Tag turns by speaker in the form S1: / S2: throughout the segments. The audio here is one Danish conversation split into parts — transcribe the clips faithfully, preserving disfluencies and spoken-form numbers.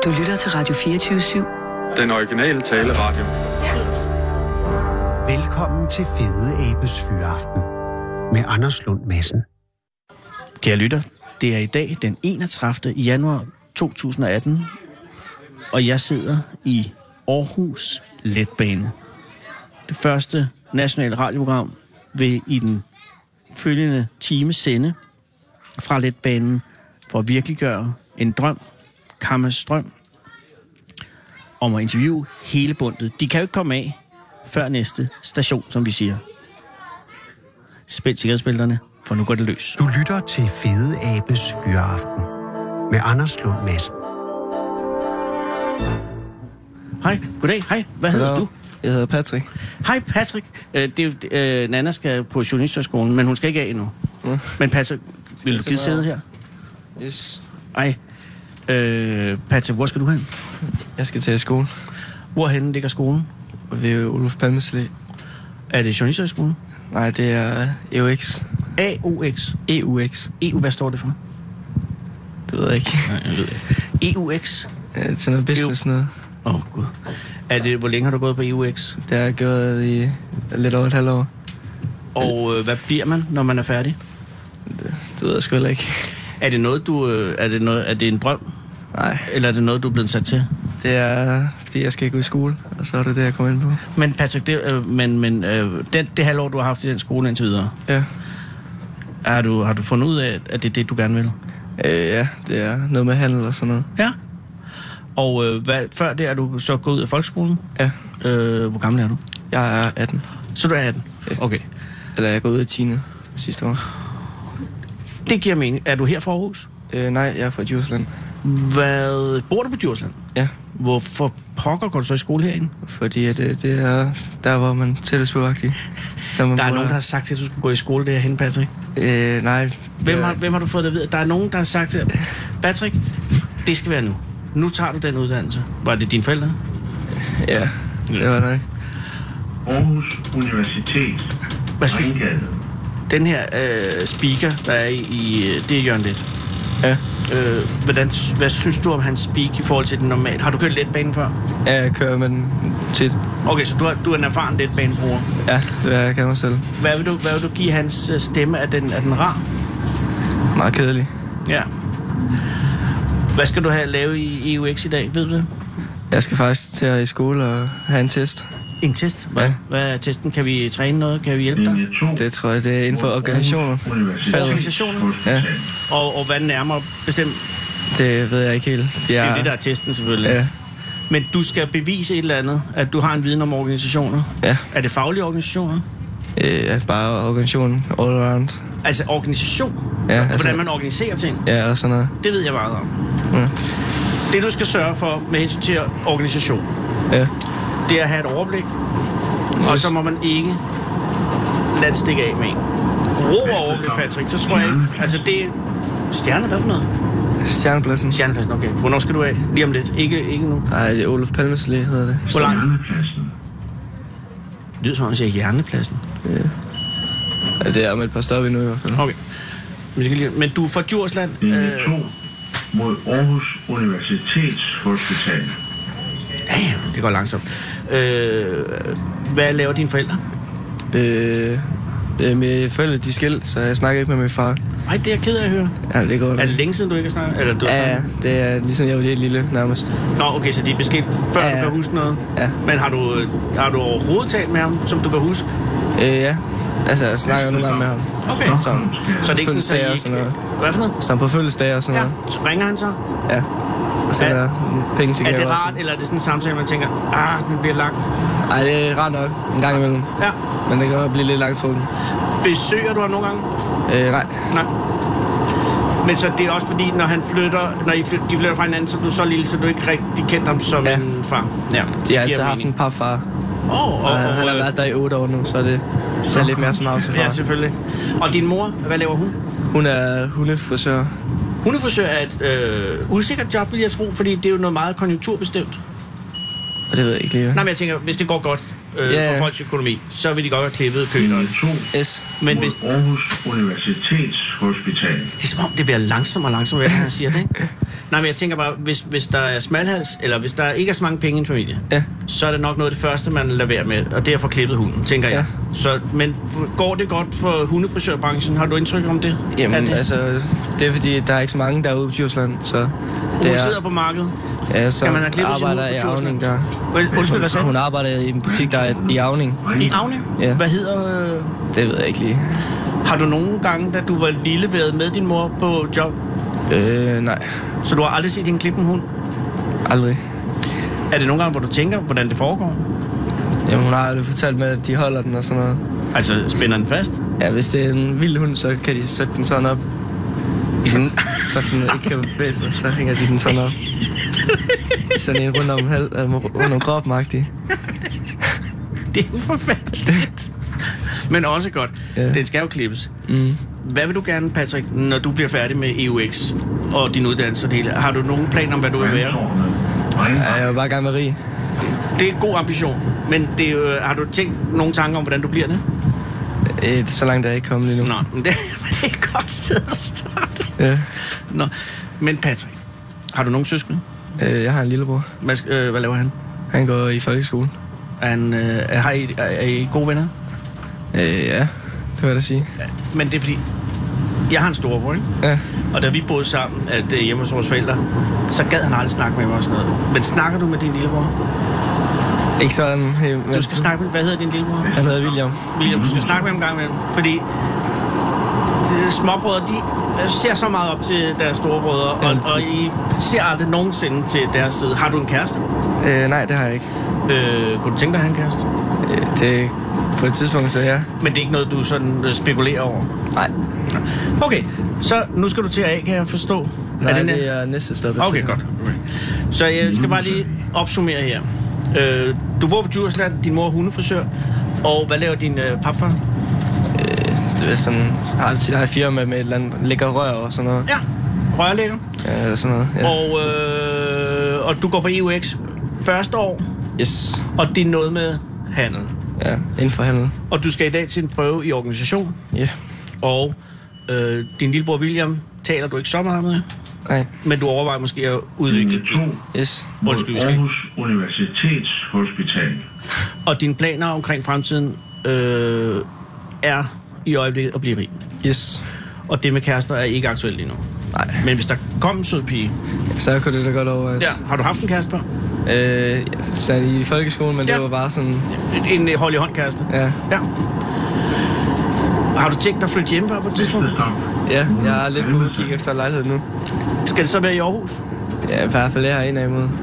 S1: Du lytter til Radio fireogtyve syv.
S2: Den originale taleradio.
S3: Velkommen til Fede Abes Fyraften med Anders Lund Madsen.
S4: Kære lytter, det er i dag den enogtredivte januar to tusind og atten, og jeg sidder i Aarhus Letbane. Det første nationale radioprogram vil i den følgende time sende fra Letbanen for at virkeliggøre en drøm, Kammas drøm, om at interviewe hele bundet. De kan jo ikke komme af før næste station, som vi siger. Spænd sikkerhedsbælterne, for nu går det løs.
S3: Du lytter til Fede Abes Fyraften med Anders Lund Madsen.
S4: Hej, goddag, hej. Hvad hedder
S5: Hello.
S4: du?
S5: Jeg hedder Patrick.
S4: Hej Patrick. Øh, det, øh, Nana skal på journalisthøjskolen, men hun skal ikke af endnu.
S5: Mm.
S4: Men Patrick, vil du give sidde her?
S5: Yes.
S4: Ej. Øh, Patrick, hvor skal du hen?
S5: Jeg skal til skole.
S4: Hvorhen ligger skolen?
S5: Ved Olof Palmes Allé.
S4: Er det journalisthøjskolen?
S5: Nej, det er E U X.
S4: A O X.
S5: E U X.
S4: E U, hvad står det for?
S5: Det ved jeg ikke.
S4: Nej, jeg ved ikke. E U X?
S5: Ja, det er sådan noget business noget.
S4: Åh, oh, gud. Er det, hvor længe har du gået på E U X?
S5: Det har jeg gjort i lidt over et halvt år.
S4: Og øh, hvad bliver man, når man er færdig?
S5: Det, det ved jeg sgu heller ikke.
S4: Er det noget, du... Øh, er, det noget, er det en drøm?
S5: Nej.
S4: Eller er det noget, du er blevet sat til?
S5: Det er, fordi jeg skal gå i skole, og så er det det, jeg kommer ind på.
S4: Men Patrick, det, øh, men, men, øh, den, det halvår, du har haft i den skole indtil videre,
S5: Ja.
S4: har du, har du fundet ud af, at det er det, du gerne vil?
S5: Øh, ja, det er noget med handel og sådan noget.
S4: Ja. Og øh, hvad, før det er du så gået ud af folkeskolen?
S5: Ja.
S4: Øh, hvor gammel er du?
S5: Jeg er atten.
S4: Så du er atten?
S5: Ja.
S4: Okay.
S5: Eller jeg er gået ud af tiende sidste år.
S4: Det giver mening. Er du her fra Aarhus?
S5: Øh, nej, jeg er fra Djursland.
S4: Hvad, bor du på Djursland?
S5: Ja.
S4: Hvorfor pokker går du så i skole herinde?
S5: Fordi at, det, det er der, hvor man tættes på agtig. Der
S4: er nogen, der har sagt til, at du skulle gå i skole derhen, Patrick?
S5: Øh, nej.
S4: Hvem har, hvem har du fået det at vide? Der er nogen, der har sagt til, Patrick, det skal være nu. Nu tager du den uddannelse. Var det dine forældre?
S5: Ja, det var nok.
S6: Aarhus Universitet.
S4: Hvad synes du? Den her øh, speaker, der er i, i det er Jørgen Leth.
S5: Ja.
S4: Øh, hvordan, hvad synes du om hans speak i forhold til den normale? Har du kørt letbanen før?
S5: Ja, jeg kører med den tit.
S4: Okay, så du er, du er en erfaren letbanebruger?
S5: Ja, det er jeg kan mig selv.
S4: Hvad vil du, hvad vil du give hans stemme? Er den, er den rar?
S5: Meget kedelig.
S4: Ja. Hvad skal du have lavet i E U X i dag? Ved du det?
S5: Jeg skal faktisk til at i skole og have en test.
S4: En test? Hvad,
S5: ja.
S4: Hvad er testen? Kan vi træne noget? Kan vi hjælpe dig?
S5: Det tror jeg, det er inden for organisationer.
S4: Organisationer?
S5: Ja.
S4: Og, og hvad nærmere bestemt?
S5: Det ved jeg ikke helt. De er...
S4: Det er det, der er testen selvfølgelig.
S5: Ja.
S4: Men du skal bevise et eller andet, at du har en viden om organisationer.
S5: Ja.
S4: Er det faglige organisationer?
S5: Øh, ja, bare organisationen all around.
S4: Altså organisation?
S5: Ja,
S4: hvordan
S5: altså...
S4: man organiserer ting?
S5: Ja, og sådan noget.
S4: Det ved jeg meget om.
S5: Ja.
S4: Det, du skal sørge for med hensyn til organisation,
S5: ja.
S4: det er at have et overblik. Yes. Og så må man ikke lade det stikke af med en. Ro og overblik, Patrick, så tror jeg ikke... Altså, det er... Stjerne, hvad for noget?
S5: Stjernepladsen.
S4: Stjernepladsen, okay. Hvornår skal du af? Lige om lidt. Ikke, ikke nu.
S5: Nej, det er Olof Palmes Allé, hedder det.
S4: Hvor langt? Det lyder som om, man siger Hjernepladsen.
S5: Ja. Ja, det er om et par stop endnu i hvert fald.
S4: Okay. Men du er fra Djursland.
S6: Øh... mod Aarhus Universitets Hospital.
S4: Ja, det går langsomt. Øh, hvad laver dine forældre?
S5: Øh, øh, mine forældre, de er skilt, så jeg snakker ikke med min far.
S4: Nej, det er jeg ked af at høre.
S5: Ja, det går nok.
S4: Er det længe siden, du ikke har snakket? Eller, du har
S5: ja, det er ligesom jeg var lidt lille, nærmest.
S4: Nå, okay, så de er beskilt, før ja, du kan huske noget?
S5: Ja.
S4: Men har du, har du overhovedet talt med ham, som du kan huske?
S5: Øh, ja. Altså, jeg snakker jo nogle gange med ham.
S4: Okay.
S5: Sådan,
S4: så det er ikke sådan, at I ikke...
S5: noget.
S4: Hvad for noget?
S5: Sådan på fødselsdage og sådan
S4: ja.
S5: noget.
S4: Så ringer han så?
S5: Ja. Og så er der penge til
S4: gaver. Er det rart,
S5: også.
S4: eller er det sådan en samtale, man tænker, ah, den bliver lang?
S5: Nej, det er rart nok. En gang imellem.
S4: Ja.
S5: Men det kan også blive lidt langt trukken.
S4: Besøger du ham nogle gange?
S5: Øh, nej.
S4: Nej. Men så det er også fordi, når han flytter, når I flytter, de flytter fra hinanden, så er du så lille, så du ikke rigtig kendt ham som ja. en far. Ja,
S5: de har altid haft en papfar.
S4: Åh, oh,
S5: og, og, han, han har været der i otte år nu, så det ser lidt mere som ham til far.
S4: Ja, selvfølgelig. Og din mor, hvad laver hun?
S5: Hun er hundefrisør.
S4: Hundefrisør er et øh, usikkert job, vil jeg tro, fordi det er jo noget meget konjunkturbestemt.
S5: Og det ved jeg ikke lige.
S4: Nej, men jeg tænker, hvis det går godt øh, yeah. for folks økonomi, så vil de godt have klippet kønerne.
S5: Yes.
S6: Men hvis Aarhus Universitets Hospital.
S4: Det er som om, det bliver langsomt og langsomt, hvad han siger det, ikke? Nej, men jeg tænker bare, hvis, hvis der er smalhals, eller hvis der ikke er så mange penge i en familie,
S5: Ja.
S4: så er det nok noget af det første, man lader være med, og det er at få klippet hunden, tænker jeg.
S5: Ja.
S4: Så, men går det godt for hundefrisørbranchen? Har du indtryk om det?
S5: Jamen,
S4: det?
S5: altså, det er fordi, der er ikke så mange derude på Djursland, så...
S4: Hun
S5: Det er,
S4: sidder på markedet.
S5: ja, så
S4: Kan man have klippet sin
S5: arbejder
S4: hund
S5: i
S4: på Djursland?
S5: Avning der.
S4: Undskyld, hvad sagde
S5: Hun
S4: du?
S5: arbejder i en butik, der er i Avning.
S4: I Avning?
S5: Ja.
S4: Hvad hedder... Øh...
S5: Det ved jeg ikke lige.
S4: Har du nogle gange, da du var lille, været med din mor på job?
S5: Øh, nej.
S4: Så du har aldrig set hende klippe en hund?
S5: Aldrig.
S4: Er det nogle gange, hvor du tænker, hvordan det foregår?
S5: Jamen, hun har aldrig fortalt mig, at de holder den og sådan noget.
S4: Altså, spænder den fast?
S5: Ja, hvis det er en vild hund, så kan de sætte den sådan op. Sådan, så den ikke kan bevæge sig, så hænger de den sådan op. Sådan en rundt om, halv, øh, rundt om kroppen-agtig.
S4: Det er jo forfærdeligt. Men også godt.
S5: Ja.
S4: Den skal jo klippes.
S5: Mm.
S4: Hvad vil du gerne, Patrick, når du bliver færdig med E U X og din uddannelse og det hele? Har du nogen planer om, hvad du vil være?
S5: Ja, jeg vil bare gerne være rig.
S4: Det er en god ambition. Men det er jo, har du tænkt nogle tanker om, hvordan du bliver det?
S5: Øh, så langt er jeg ikke kommet lige nu.
S4: Nå, men det, det er et godt sted at starte.
S5: Ja.
S4: Nå, men Patrick, har du nogen søskende?
S5: Øh, jeg har en lillebror.
S4: Hvad, øh, hvad laver han?
S5: Han går i folkeskole.
S4: Er, han, øh, er, har I, er, er I gode venner?
S5: Øh, ja, det vil jeg da sige.
S4: Ja, men det er fordi, jeg har en storebror, ikke?
S5: Ja.
S4: Og da vi boede sammen at, øh, hjemme hos vores forældre, så gad han aldrig snakke med mig og sådan noget. Men snakker du med din lillebror?
S5: Ikke sådan helt, men
S4: Du skal snakke med, hvad hedder din lillebror?
S5: han hedder William.
S4: William, du skal snakke med ham en gang imellem. Fordi de småbrødre, de ser så meget op til deres storebrødre, og, og I ser aldrig nogensinde til deres side. Har du en kæreste?
S5: Øh, nej, det har jeg ikke.
S4: Øh, kunne du tænke dig at have en kæreste?
S5: Øh, det på et tidspunkt, så ja.
S4: Men det er ikke noget, du sådan øh, spekulerer over?
S5: Nej.
S4: Okay, så nu skal du til A, kan jeg forstå.
S5: Nej,
S4: er det,
S5: det er næste stop. efter
S4: Okay,
S5: det.
S4: godt. Okay. Så jeg skal bare lige opsummere her. Øh, du bor på Djursland, din mor er hundefrisør, og hvad laver din øh, papfar?
S5: Øh, det er sådan, har sit eget firma med et eller andet lækker rør og sådan noget.
S4: Ja, rørlægger.
S5: Ja, eller sådan noget, ja.
S4: Og, øh, og du går på E U X første år,
S5: Yes.
S4: og det er noget med handel.
S5: Ja, inden for handel.
S4: Og du skal i dag til en prøve i organisation,
S5: Ja.
S4: og øh, din lillebror William taler du ikke så meget med,
S5: Nej.
S4: men du overvejer måske at udvikle
S6: Linje to
S5: Yes.
S6: mod
S4: Undskyld, vi skal-
S6: Aarhus Universitetshospital.
S4: Og dine planer omkring fremtiden øh, er i øjeblikket at blive rig.
S5: Yes.
S4: Og det med kærester er ikke aktuelt lige nu.
S5: Nej.
S4: Men hvis der kom en sød pige...
S5: Så kunne det da godt over.
S4: Ja, har du haft en kæreste før?
S5: Øh, så i folkeskolen, men
S4: Ja.
S5: det var bare sådan...
S4: En, en hold i hånd kæreste?
S5: Ja.
S4: Ja. Har du tænkt dig at flytte hjemmefra på et tidspunkt?
S6: Næste stop.
S5: Ja, jeg er lidt på udkig efter en lejlighed nu.
S4: Skal det så være i Aarhus?
S5: Ja, i hvert fald er jeg en af imod.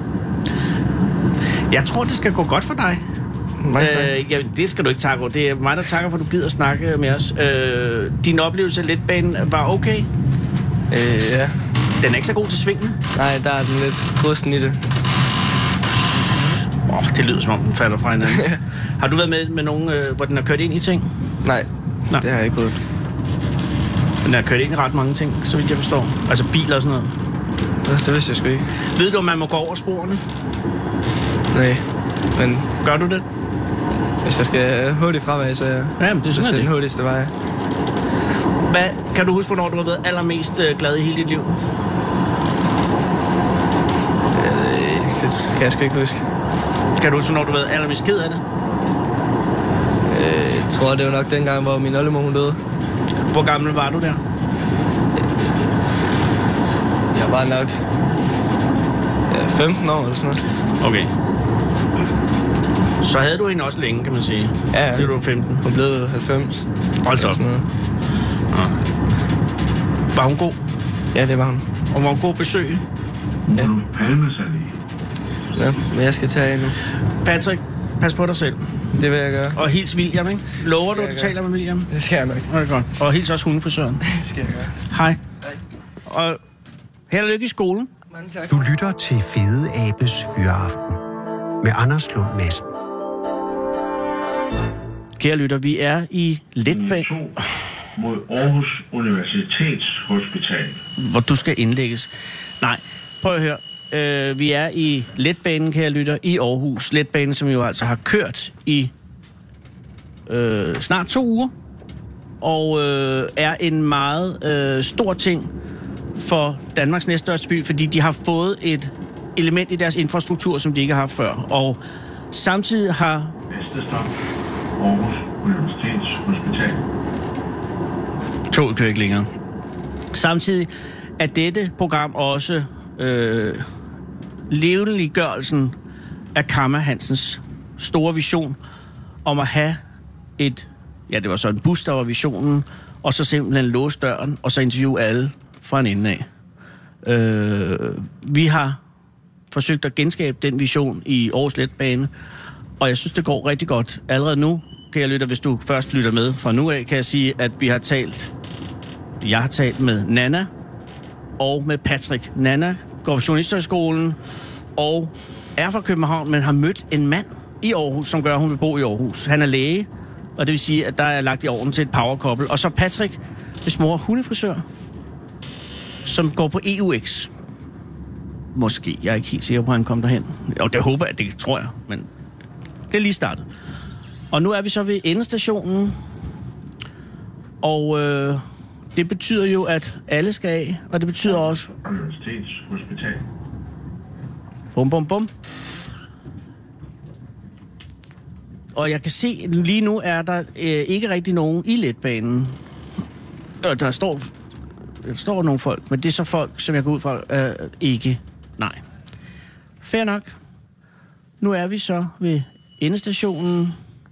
S4: Jeg tror, det skal gå godt for dig.
S5: Mange tak.
S4: Øh, ja, det skal du ikke takke over. Det er mig, der takker for, at du gider snakke med os. Øh, din oplevelse af letbanen var okay.
S5: Øh, ja.
S4: Den er ikke så god til svingen.
S5: Nej, der er den lidt grusten i det.
S4: Åh, oh, det lyder som om, den falder fra hinanden. Har du været med med nogen, øh, hvor den har kørt ind i ting?
S5: Nej,
S4: Nej.
S5: det har jeg ikke prøvet.
S4: Den har kørt ind i ret mange ting, så vidt jeg forstår. Altså biler og sådan noget.
S5: Ja, det vidste jeg sgu ikke.
S4: Ved du, om man må gå over sporene?
S5: Nej, men
S4: Gør du det?
S5: hvis jeg skal hurtigt fremad, så er jeg...
S4: Ja, men det er
S5: så
S4: sådan,
S5: den
S4: det.
S5: hurtigste vej.
S4: Hvad, kan du huske, hvornår du har været allermest øh, glad i hele dit liv?
S5: Øh, det kan jeg sgu ikke huske.
S4: Kan du huske, hvornår du har været allermest ked af det?
S5: Øh, jeg tror, det var nok dengang, hvor min oldemor hun døde.
S4: Hvor gammel var du der?
S5: Jeg var nok ja, femten år eller sådan noget.
S4: Okay. Så havde du hende også længe, kan man sige.
S5: Ja, ja.
S4: Til du var femten.
S5: Hun blev halvfems.
S4: Hold da
S5: eller
S4: op.
S5: sådan noget.
S4: Var hun god?
S5: Ja, det var hun.
S4: Og var hun god besøg?
S5: Ja.
S6: Olof Palmes Allé.
S5: Ja, men jeg skal tage af nu.
S4: Patrick, pas på dig selv.
S5: Det vil jeg gøre.
S4: Og hils William, ikke? Lover du,
S5: jeg
S4: at du
S5: gøre.
S4: taler med William?
S5: Det skal jeg nok.
S4: Det er godt. Og hils også hundefrisøren.
S5: Det skal jeg gøre.
S4: Hej.
S5: Hej.
S4: Og held og lykke i skolen.
S5: Mange tak.
S3: Du lytter til Fede Abes Fyraften med Anders Lund Madsen.
S4: Kære lytter, vi er i
S6: Linje
S4: letbane,
S6: to mod Aarhus Universitetshospital.
S4: hvor du skal indlægges. Nej, prøv at høre. Øh, vi er i letbanen, kære lytter, i Aarhus. Letbanen, som jo altså har kørt i øh, snart to uger. Og øh, er en meget øh, stor ting for Danmarks næststørste by, fordi de har fået et element i deres infrastruktur, som de ikke har haft før. Og samtidig har...
S6: Næste stop. Aarhus Universitetshospital.
S4: Toget kører ikke længere. Samtidig er dette program også øh, levendeliggørelsen af Kamma Hansens store vision om at have et... Ja, det var så en bus, der var visionen, og så simpelthen låse døren, og så interviewe alle fra en ende af. Øh, vi har forsøgt at genskabe den vision i Aarhus Letbane, og jeg synes, det går rigtig godt. Allerede nu, kan jeg lytte, hvis du først lytter med fra nu af, kan jeg sige, at vi har talt, jeg har talt med Nana og med Patrick. Nana går på Journalisthøjskolen og er fra København, men har mødt en mand i Aarhus, som gør, at hun vil bo i Aarhus. Han er læge, og det vil sige, at der er lagt i orden til et powerkouple. Og så Patrick, hvis mor er hundefrisør, som går på E U X. Måske. Jeg er ikke helt sikker på, at han kom derhen. Og det håber jeg, det tror jeg, men det er lige startet. Og nu er vi så ved endestationen, og øh, det betyder jo, at alle skal af, og det betyder også...
S6: Universitetshospital.
S4: Bum, bum, bum. Og jeg kan se, lige nu er der øh, ikke rigtig nogen i letbanen. Og der står, der står nogle folk, men det er så folk, som jeg går ud fra, øh, ikke. Nej. Fair nok. Nu er vi så ved endestationen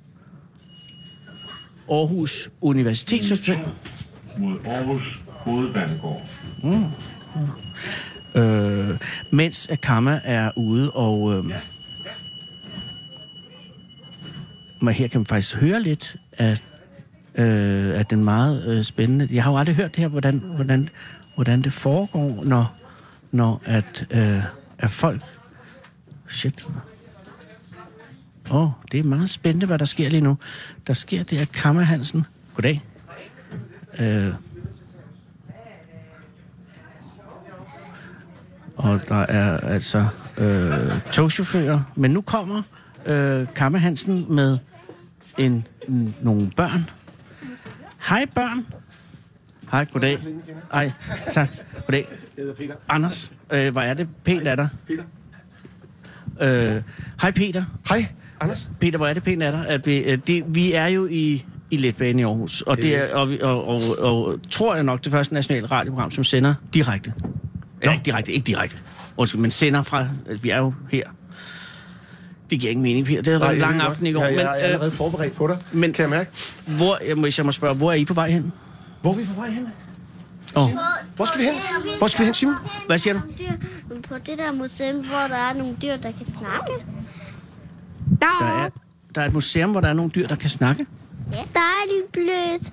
S4: Aarhus Universitetshospital.
S6: Mod Aarhus Hovedbanegård.
S4: Mm. Øh, mens Kamma er ude og... Øh, men her kan man faktisk høre lidt af, øh, af den meget øh, spændende... Jeg har jo aldrig hørt det her, hvordan, hvordan, hvordan det foregår, når, når at, øh, at folk... Shit. Åh, oh, det er meget spændende, hvad der sker lige nu. Der sker det, at Kamma Hansen... Goddag. Øh, og der er altså øh, togchauffører, men nu kommer øh, Kamma Hansen med en, n- nogle børn. Hej børn. Hej, goddag. Hej, tak. Goddag.
S7: Jeg hedder Peter.
S4: Anders, øh, hvor er det pænt af dig.
S7: Peter.
S4: Øh, hej Peter.
S7: Hej, Anders.
S4: Peter, hvor er det pænt af dig, at vi, øh, det, vi er jo i, i Letbanen i Aarhus, og, det er, og, vi, og, og, og, og tror jeg nok det første nationale radioprogram, som sender direkte. Ja, ikke direkte, ikke direkte. Undskyld, men sender fra, altså, vi er jo her. Det giver ikke mening, Peter. Det har været en lang aften i går.
S7: Ja, jeg er
S4: men,
S7: allerede forberedt på dig,
S4: men,
S7: kan jeg mærke.
S4: Hvor, hvis jeg må spørge, hvor er I på vej hen?
S7: Hvor er vi på vej hen?
S4: Oh.
S7: Hvor skal vi hen? Hvor skal vi hen, Simon?
S4: Hvad siger du?
S8: På det der museum, hvor der er nogle dyr, der kan snakke.
S4: Der er, der er et museum, hvor der er nogle dyr, der kan snakke.
S8: Ja. Der er de blødt.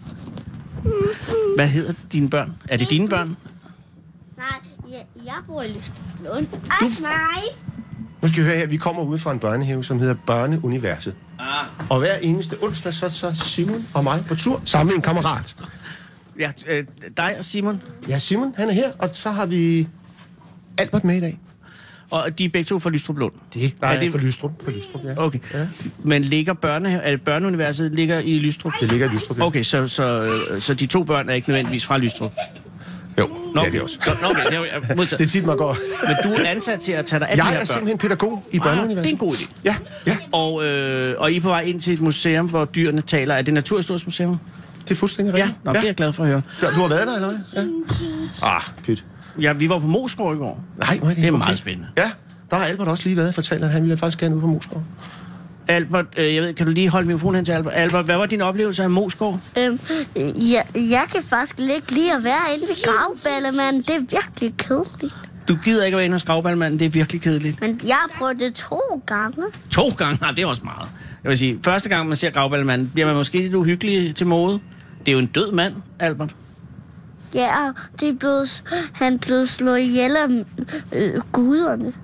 S4: Hvad hedder dine børn? Er det dine børn?
S8: Nej, jeg, jeg bor i Lystrup. Du... Nej.
S7: Nu skal vi høre her, vi kommer ud fra en børnehave, som hedder Børneuniverset.
S4: Ah.
S7: Og hver eneste onsdag, så så Simon og mig på tur sammen med en kammerat.
S4: Ja, øh, dig og Simon.
S7: Ja, Simon, han er her, og så har vi Albert med i dag.
S4: Og de er begge to fra Lystrup Lund.
S7: Det nej, er
S4: det
S7: for Lystrup, for Lystrup, ja.
S4: Okay. Ja. Men ligger børne, er børneuniverset ligger i Lystrup?
S7: Det ligger i Lystrup, ja.
S4: Okay, så, så, så de to børn er ikke nødvendigvis fra Lystrup?
S7: Jo,
S4: Nå,
S7: det er det også.
S4: Nå, okay, det er,
S7: det er tit, man går.
S4: Men du er ansat til at tage dig af de her børn?
S7: Jeg er simpelthen pædagog i Børneuniverset.
S4: Ah, det er en god idé.
S7: Ja, ja.
S4: Og, øh, og I er på vej ind til et museum, hvor dyrene taler. Er det Naturhistorisk Museum?
S7: Det er fuldstændig
S4: Ja,
S7: rigtigt.
S4: nå, ja, det er jeg glad for at høre.
S7: Ja, du har været der, eller hvad? Ja. Ah, pyt.
S4: Ja, vi var på Moesgaard i går.
S7: Nej, hvor er det,
S4: det er
S7: okay.
S4: meget spændende.
S7: Ja, der har Albert også lige været og fortalt, at han ville faktisk gerne ud på Moesgaard.
S4: Albert, øh, jeg ved, kan du lige holde mikrofonen hen til Albert? Albert, hvad var din oplevelse af Moesgaard?
S8: Øhm, ja, jeg kan faktisk ikke lide at være inde ved Gravballemanden. Det er virkelig kedeligt.
S4: Du gider ikke at være inde hos Gravballemanden, det er virkelig kedeligt.
S8: Men jeg har prøvet det to gange.
S4: To gange? Nej, det er også meget. Jeg vil sige, første gang man ser Gravballemanden, bliver man måske lidt uhyggelig til mode. Det er jo en død mand, Albert.
S8: Ja, det er blevet, han er blevet slået ihjel af øh, guderne.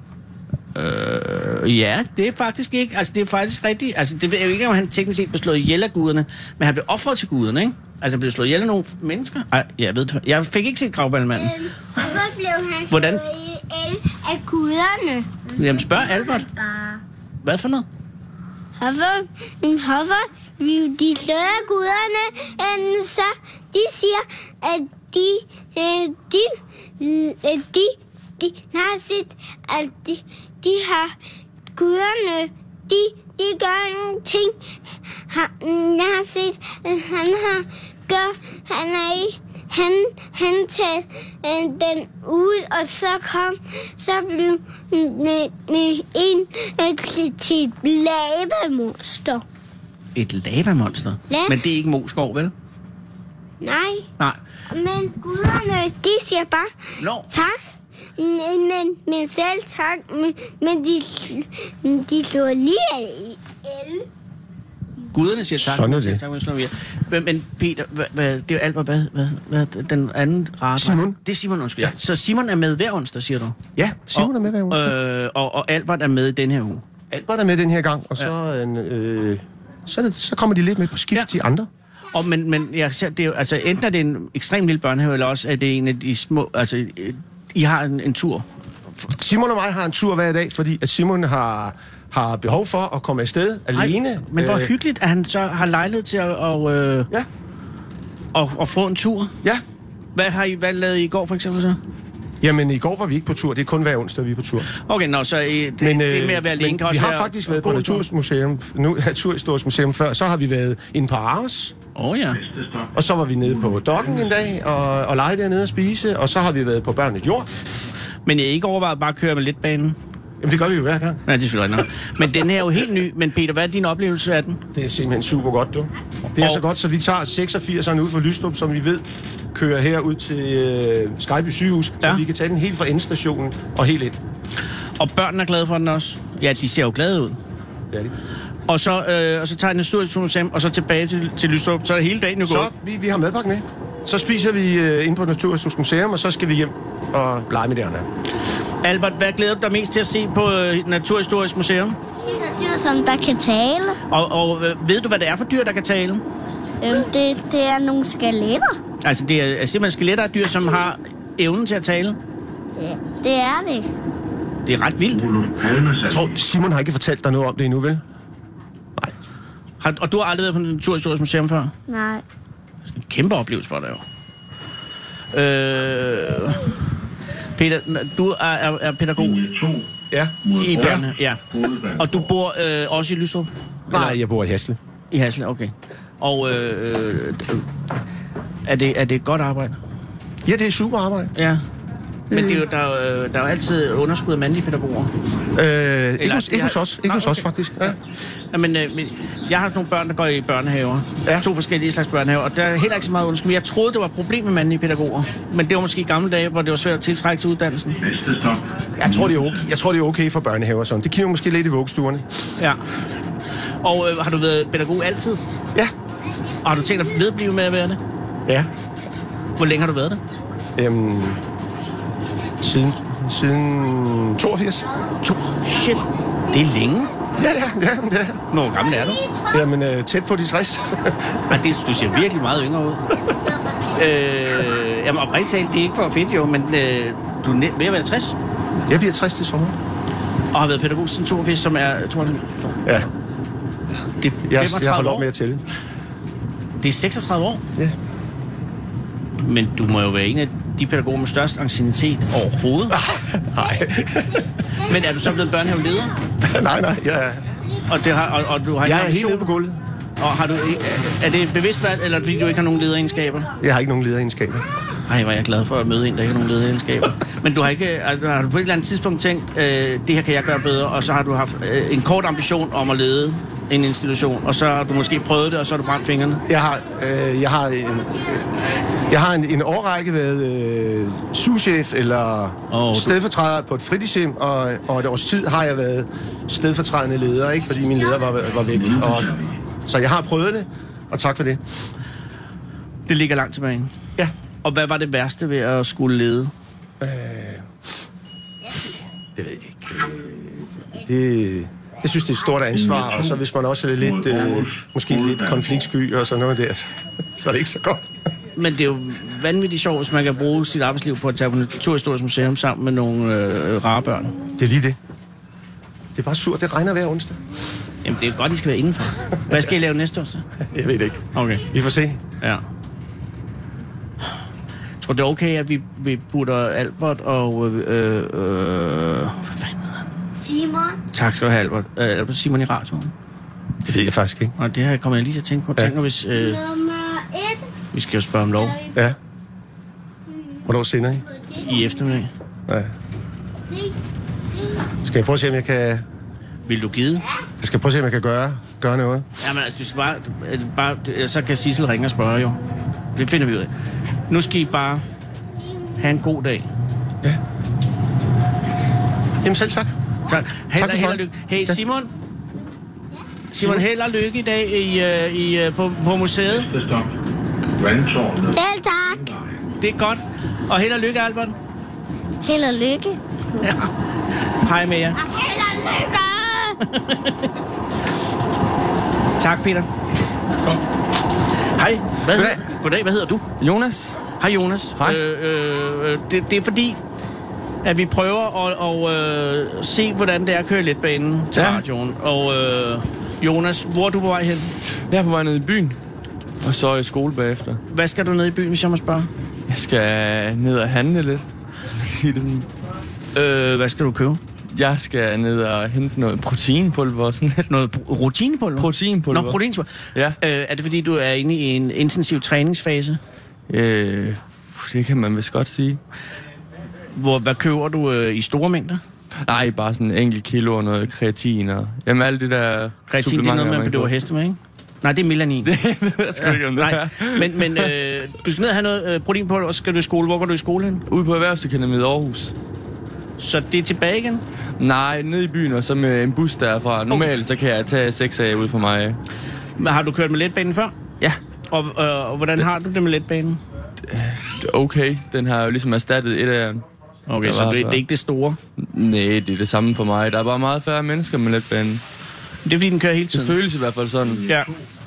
S4: Øh, ja, det er faktisk ikke. Altså, det er faktisk rigtigt. Altså, det er jo ikke, om han teknisk set blev slået ihjel af guderne, men han blev offret til guderne, ikke? Altså, han blev slået ihjel af nogle mennesker. Ej, jeg ved det. Jeg fik ikke set Gravballemanden.
S8: Øhm, hvorfor blev han
S4: Hvordan?
S8: slået ihjel af guderne?
S4: Jamen, spørg Albert. Hvad for noget?
S8: Hvorfor? Hvorfor? De slår af guderne, så de siger, at de, de, de, de jeg har set, at de, de har guderne, de, de gør nogle ting. Jeg har set, at han har gør, han er i, han, han tager øh, den ud, og så kom, så blev en øh, til, til et lavamonster.
S4: Et lavamonster?
S8: Ja.
S4: Men det er ikke Moskov, vel?
S8: Nej.
S4: Nej.
S8: Men guderne, de siger bare
S4: no.
S8: tak. Men, men selv tak. Men, men de, de slår lige el.
S4: Guderne siger tak.
S3: Sådan er det.
S4: Tak, men, men Peter, hvad, hvad, det er jo Albert, hvad, hvad, hvad den anden rate?
S3: Simon.
S4: Det er Simon, undskyld. Ja. Så Simon er med hver onsdag, siger du?
S3: Ja, Simon
S4: og,
S3: er med hver onsdag.
S4: Øh, og, og Albert er med i den her uge?
S3: Albert er med den her gang, og så, ja. øh, så, det, så kommer de lidt med på skift ja. de andre.
S4: Og men, men jeg ser, det er jo, altså enten er det en ekstremt lille børnehave, eller også er det en af de små, altså I har en, en tur.
S3: Simon og mig har en tur hver dag, fordi at Simon har, har behov for at komme afsted alene.
S4: Ej, men hvor
S3: øh,
S4: hyggeligt, at han så har lejlighed til at, og, øh,
S3: ja.
S4: og, og få en tur.
S3: Ja.
S4: Hvad har I hvad lavede I i går for eksempel så?
S3: Jamen, i går var vi ikke på tur. Det er kun hver onsdag, vi er på tur.
S4: Okay, nå, så det, men, det er med at være alene.
S3: Vi har faktisk været på Naturmuseum, nu, Naturhistorisk Museum før. Så har vi været inde på Aarhus.
S4: Åh oh, ja.
S3: Og så var vi nede på Dokken en dag og, og lege dernede og spise. Og så har vi været på Børnenes Jord.
S4: Men jeg ikke overvejet bare at køre med letbanen?
S3: Jamen, det gør vi jo hver gang.
S4: Nej, det er selvfølgelig nok. Men den her er jo helt ny. Men Peter, hvad er din oplevelse af den?
S3: Det er simpelthen super godt, du. Det er og... så godt, så vi tager seksogfirseren ud fra Lystrup, som vi ved kører her ud til øh, Skejby sygehus, ja. Så vi kan tage den helt fra endestationen og helt ind.
S4: Og børnene er glade for den også? Ja, de ser jo glade ud.
S3: Ja, det.
S4: Og så, øh, og så tager den Historisk Museum, og så tilbage til, til Lystrup. Så er hele dagen jo gået.
S3: Så vi, vi har madpakke med. Så spiser vi øh, ind på Naturhistorisk Museum, og så skal vi hjem og lege med derne.
S8: Albert,
S4: hvad glæder du dig mest til at se på øh, Naturhistorisk Museum?
S8: Dyr, som der kan tale.
S4: Og, og ved du, hvad det er for dyr, der kan tale?
S8: Øhm, det, det er nogle skeletter.
S4: Altså, det er simpelthen skeletter af dyr, som har evnen til at tale?
S8: Ja, det er det.
S4: Det er ret vildt.
S3: Jeg tror, Simon har ikke fortalt dig noget om det endnu, vel?
S4: Nej. Har, og du har aldrig været på Naturhistorisk Museum før?
S8: Nej.
S4: Det er en kæmpe oplevelse for dig jo. Øh... Peter, du er, er, er pædagog
S3: ja.
S4: i børne, ja. Og du bor øh, også i Lystrup?
S3: Nej, jeg bor i Hasle.
S4: I Hasle, okay. Og øh, øh, er, det, er det et godt arbejde?
S3: Ja, det er super arbejde.
S4: Ja. Men det er jo, der, er jo, der er jo altid underskud af mandlige pædagoger.
S3: Øh, Eller, ikke hos, ikke hos os, ikke Nå, hos okay. os faktisk. Ja.
S4: Ja, men, øh, jeg har sådan nogle børn, der går i børnehaver. Ja. To forskellige slags børnehaver. Og der er heller ikke så meget underskud. Men jeg troede, det var et problem med mandlige pædagoger. Men det var måske i gamle dage, hvor det var svært at tiltrække til uddannelsen.
S3: Jeg tror, det er okay, jeg tror, det er okay for børnehaver sådan. Det kigger måske lidt i vuggestuerne.
S4: Ja. Og øh, har du været pædagog altid?
S3: Ja.
S4: Og har du tænkt at vedblive med at være det?
S3: Ja.
S4: Hvor længe har du været det?
S3: Øhm, siden, siden toogfirs.
S4: To, shit, det er længe.
S3: Ja, ja, ja, det er.
S4: Hvor gammel er du?
S3: Jamen, øh, tæt på de tres.
S4: Ej, det, du ser virkelig meget yngre ud. øh, jamen, oprigtigt talt, det er ikke for fedt jo, men øh, du er ved at være tres.
S3: Jeg bliver tres til sommer.
S4: Og har været pædagog siden toogfirs, som er tooghalvfems.
S3: Ja.
S4: Det er
S3: jeg, jeg har lov med at tælle.
S4: Det er seksogtredive år?
S3: Ja.
S4: Men du må jo være en af de pædagoger med størst anciennitet overhovedet.
S3: Nej.
S4: Men er du så blevet børnehaveleder?
S3: nej, nej, jeg er...
S4: Og, det har, og, og du har
S3: jeg er helt nede på gulvet.
S4: Og har du, er det bevidst valgt, eller fordi du ikke har nogen lederegenskaber?
S3: Jeg har ikke nogen lederegenskaber.
S4: Ej, hvor er jeg glad for at møde en, der ikke har nogen lederegenskaber. Men du har ikke, har du på et eller andet tidspunkt tænkt, øh, det her kan jeg gøre bedre, og så har du haft øh, en kort ambition om at lede en institution, og så har du måske prøvet det, og så har du brændt fingrene? Jeg har,
S3: øh, jeg har en, øh, jeg har en, en årrække været øh, souschef eller oh, stedfortræder på et fritidshjem, og, og et års tid har jeg været stedfortrædende leder, ikke, fordi min leder var, var væk. Og, så jeg har prøvet det, og tak for det.
S4: Det ligger langt tilbage?
S3: Ja.
S4: Og hvad var det værste ved at skulle lede? Øh,
S3: det ved jeg ikke. Det... Jeg synes, det er et stort ansvar, og så hvis man også er lidt, øh, måske lidt konfliktsky og sådan noget der, så er det ikke så godt.
S4: Men det er jo vanvittigt sjovt, hvis man kan bruge sit arbejdsliv på at tage på Naturhistorisk Museum sammen med nogle øh, rare børn.
S3: Det er lige det. Det er bare surt, det regner hver onsdag.
S4: Jamen, det er godt, I skal være indenfor. Hvad skal I lave næste onsdag?
S3: Jeg ved det ikke.
S4: Okay.
S3: Vi får se.
S4: Ja. tror, det er okay, at vi, vi putter Albert og... Øh, øh, øh, hvad fanden hedder han?
S8: Simon.
S4: Tak skal du have, Albert. Øh, Albert Simon i radioen.
S3: Det ved jeg faktisk ikke.
S4: Og det her kommer jeg lige til at tænke på.
S3: Ja.
S4: Tænker, hvis... Øh,
S8: Nummer et.
S4: vi skal jo spørge om lov
S3: Ja. Hvornår sender I?
S4: i eftermiddag.
S3: Ja. Skal jeg prøve at se, om jeg kan...
S4: Vil du give?
S3: Jeg skal prøve at se, om jeg kan gøre, gøre noget.
S4: Jamen altså, du skal bare... øh, bare så kan Sissel ringe og spørge jo. Det finder vi ud af. Nu skal I bare have en god dag.
S3: Ja. Jamen selv tak.
S4: Tak. Held,
S3: Tak for
S4: held og
S3: spørgsmålet.
S4: lykke. Hey, Simon. Simon, held og lykke i dag i, uh, i, uh, på, på museet.
S6: Næste stop. Vandtårnet.
S8: Selv tak.
S4: Det er godt. Og held og lykke, Albert.
S8: Held og lykke.
S4: Ja. Hej med jer.
S8: Held og lykke.
S4: Tak, Peter. Hej. Hvad
S5: Goddag.
S4: hedder- Goddag, hvad hedder du?
S5: Jonas?
S4: Hej, Jonas.
S5: Hej.
S4: Øh, øh, det, det er fordi, at vi prøver at, at, at se, hvordan det er at køre letbanen til
S5: Ja.
S4: radioen. Og øh, Jonas, hvor er du på vej hen?
S5: Jeg er på vej ned i byen. Og så i skole bagefter.
S4: Hvad skal du ned i byen, hvis jeg må spørge?
S5: Jeg skal ned og handle lidt, hvis man kan sige det sådan.
S4: Øh, hvad skal du købe?
S5: Jeg skal ned og hente noget proteinpulver og sådan lidt.
S4: Noget pro- rutinepulver?
S5: Proteinpulver.
S4: Nå, proteinpulver.
S5: Ja.
S4: Øh, er det fordi, du er inde i en intensiv træningsfase?
S5: Øh, det kan man vist godt sige.
S4: Hvor, hvad køber du øh, i store mængder?
S5: Nej, bare sådan en enkelt kilo og noget kreatin og... Jamen alt det der...
S4: Kreatin, det er noget, man bedøver heste med, ikke? Nej, det er melanin.
S5: Det ved jeg sgu ikke om det
S4: Nej,
S5: er.
S4: men, men øh, du skal ned og have noget øh, proteinpulver, og så skal du i skole. Hvor går du i skole hen?
S5: Ude på Erhvervsakademiet i Aarhus.
S4: Så det er tilbage igen?
S5: Nej, ned i byen og så med en bus derfra. Normalt så kan jeg tage seks af ud for mig.
S4: Men har du kørt med letbanen før?
S5: Ja,
S4: Og, øh, og hvordan har du det med letbanen?
S5: okay. Den har jo ligesom erstattet et af dem.
S4: Okay,
S5: Der
S4: så
S5: var-
S4: det, det er ikke det store.
S5: Nej, det er det samme for mig. Der er bare meget færre mennesker med letbanen.
S4: Det er fordi, den kører hele
S5: Det
S4: tiden.
S5: føles i hvert fald sådan.
S4: Ja.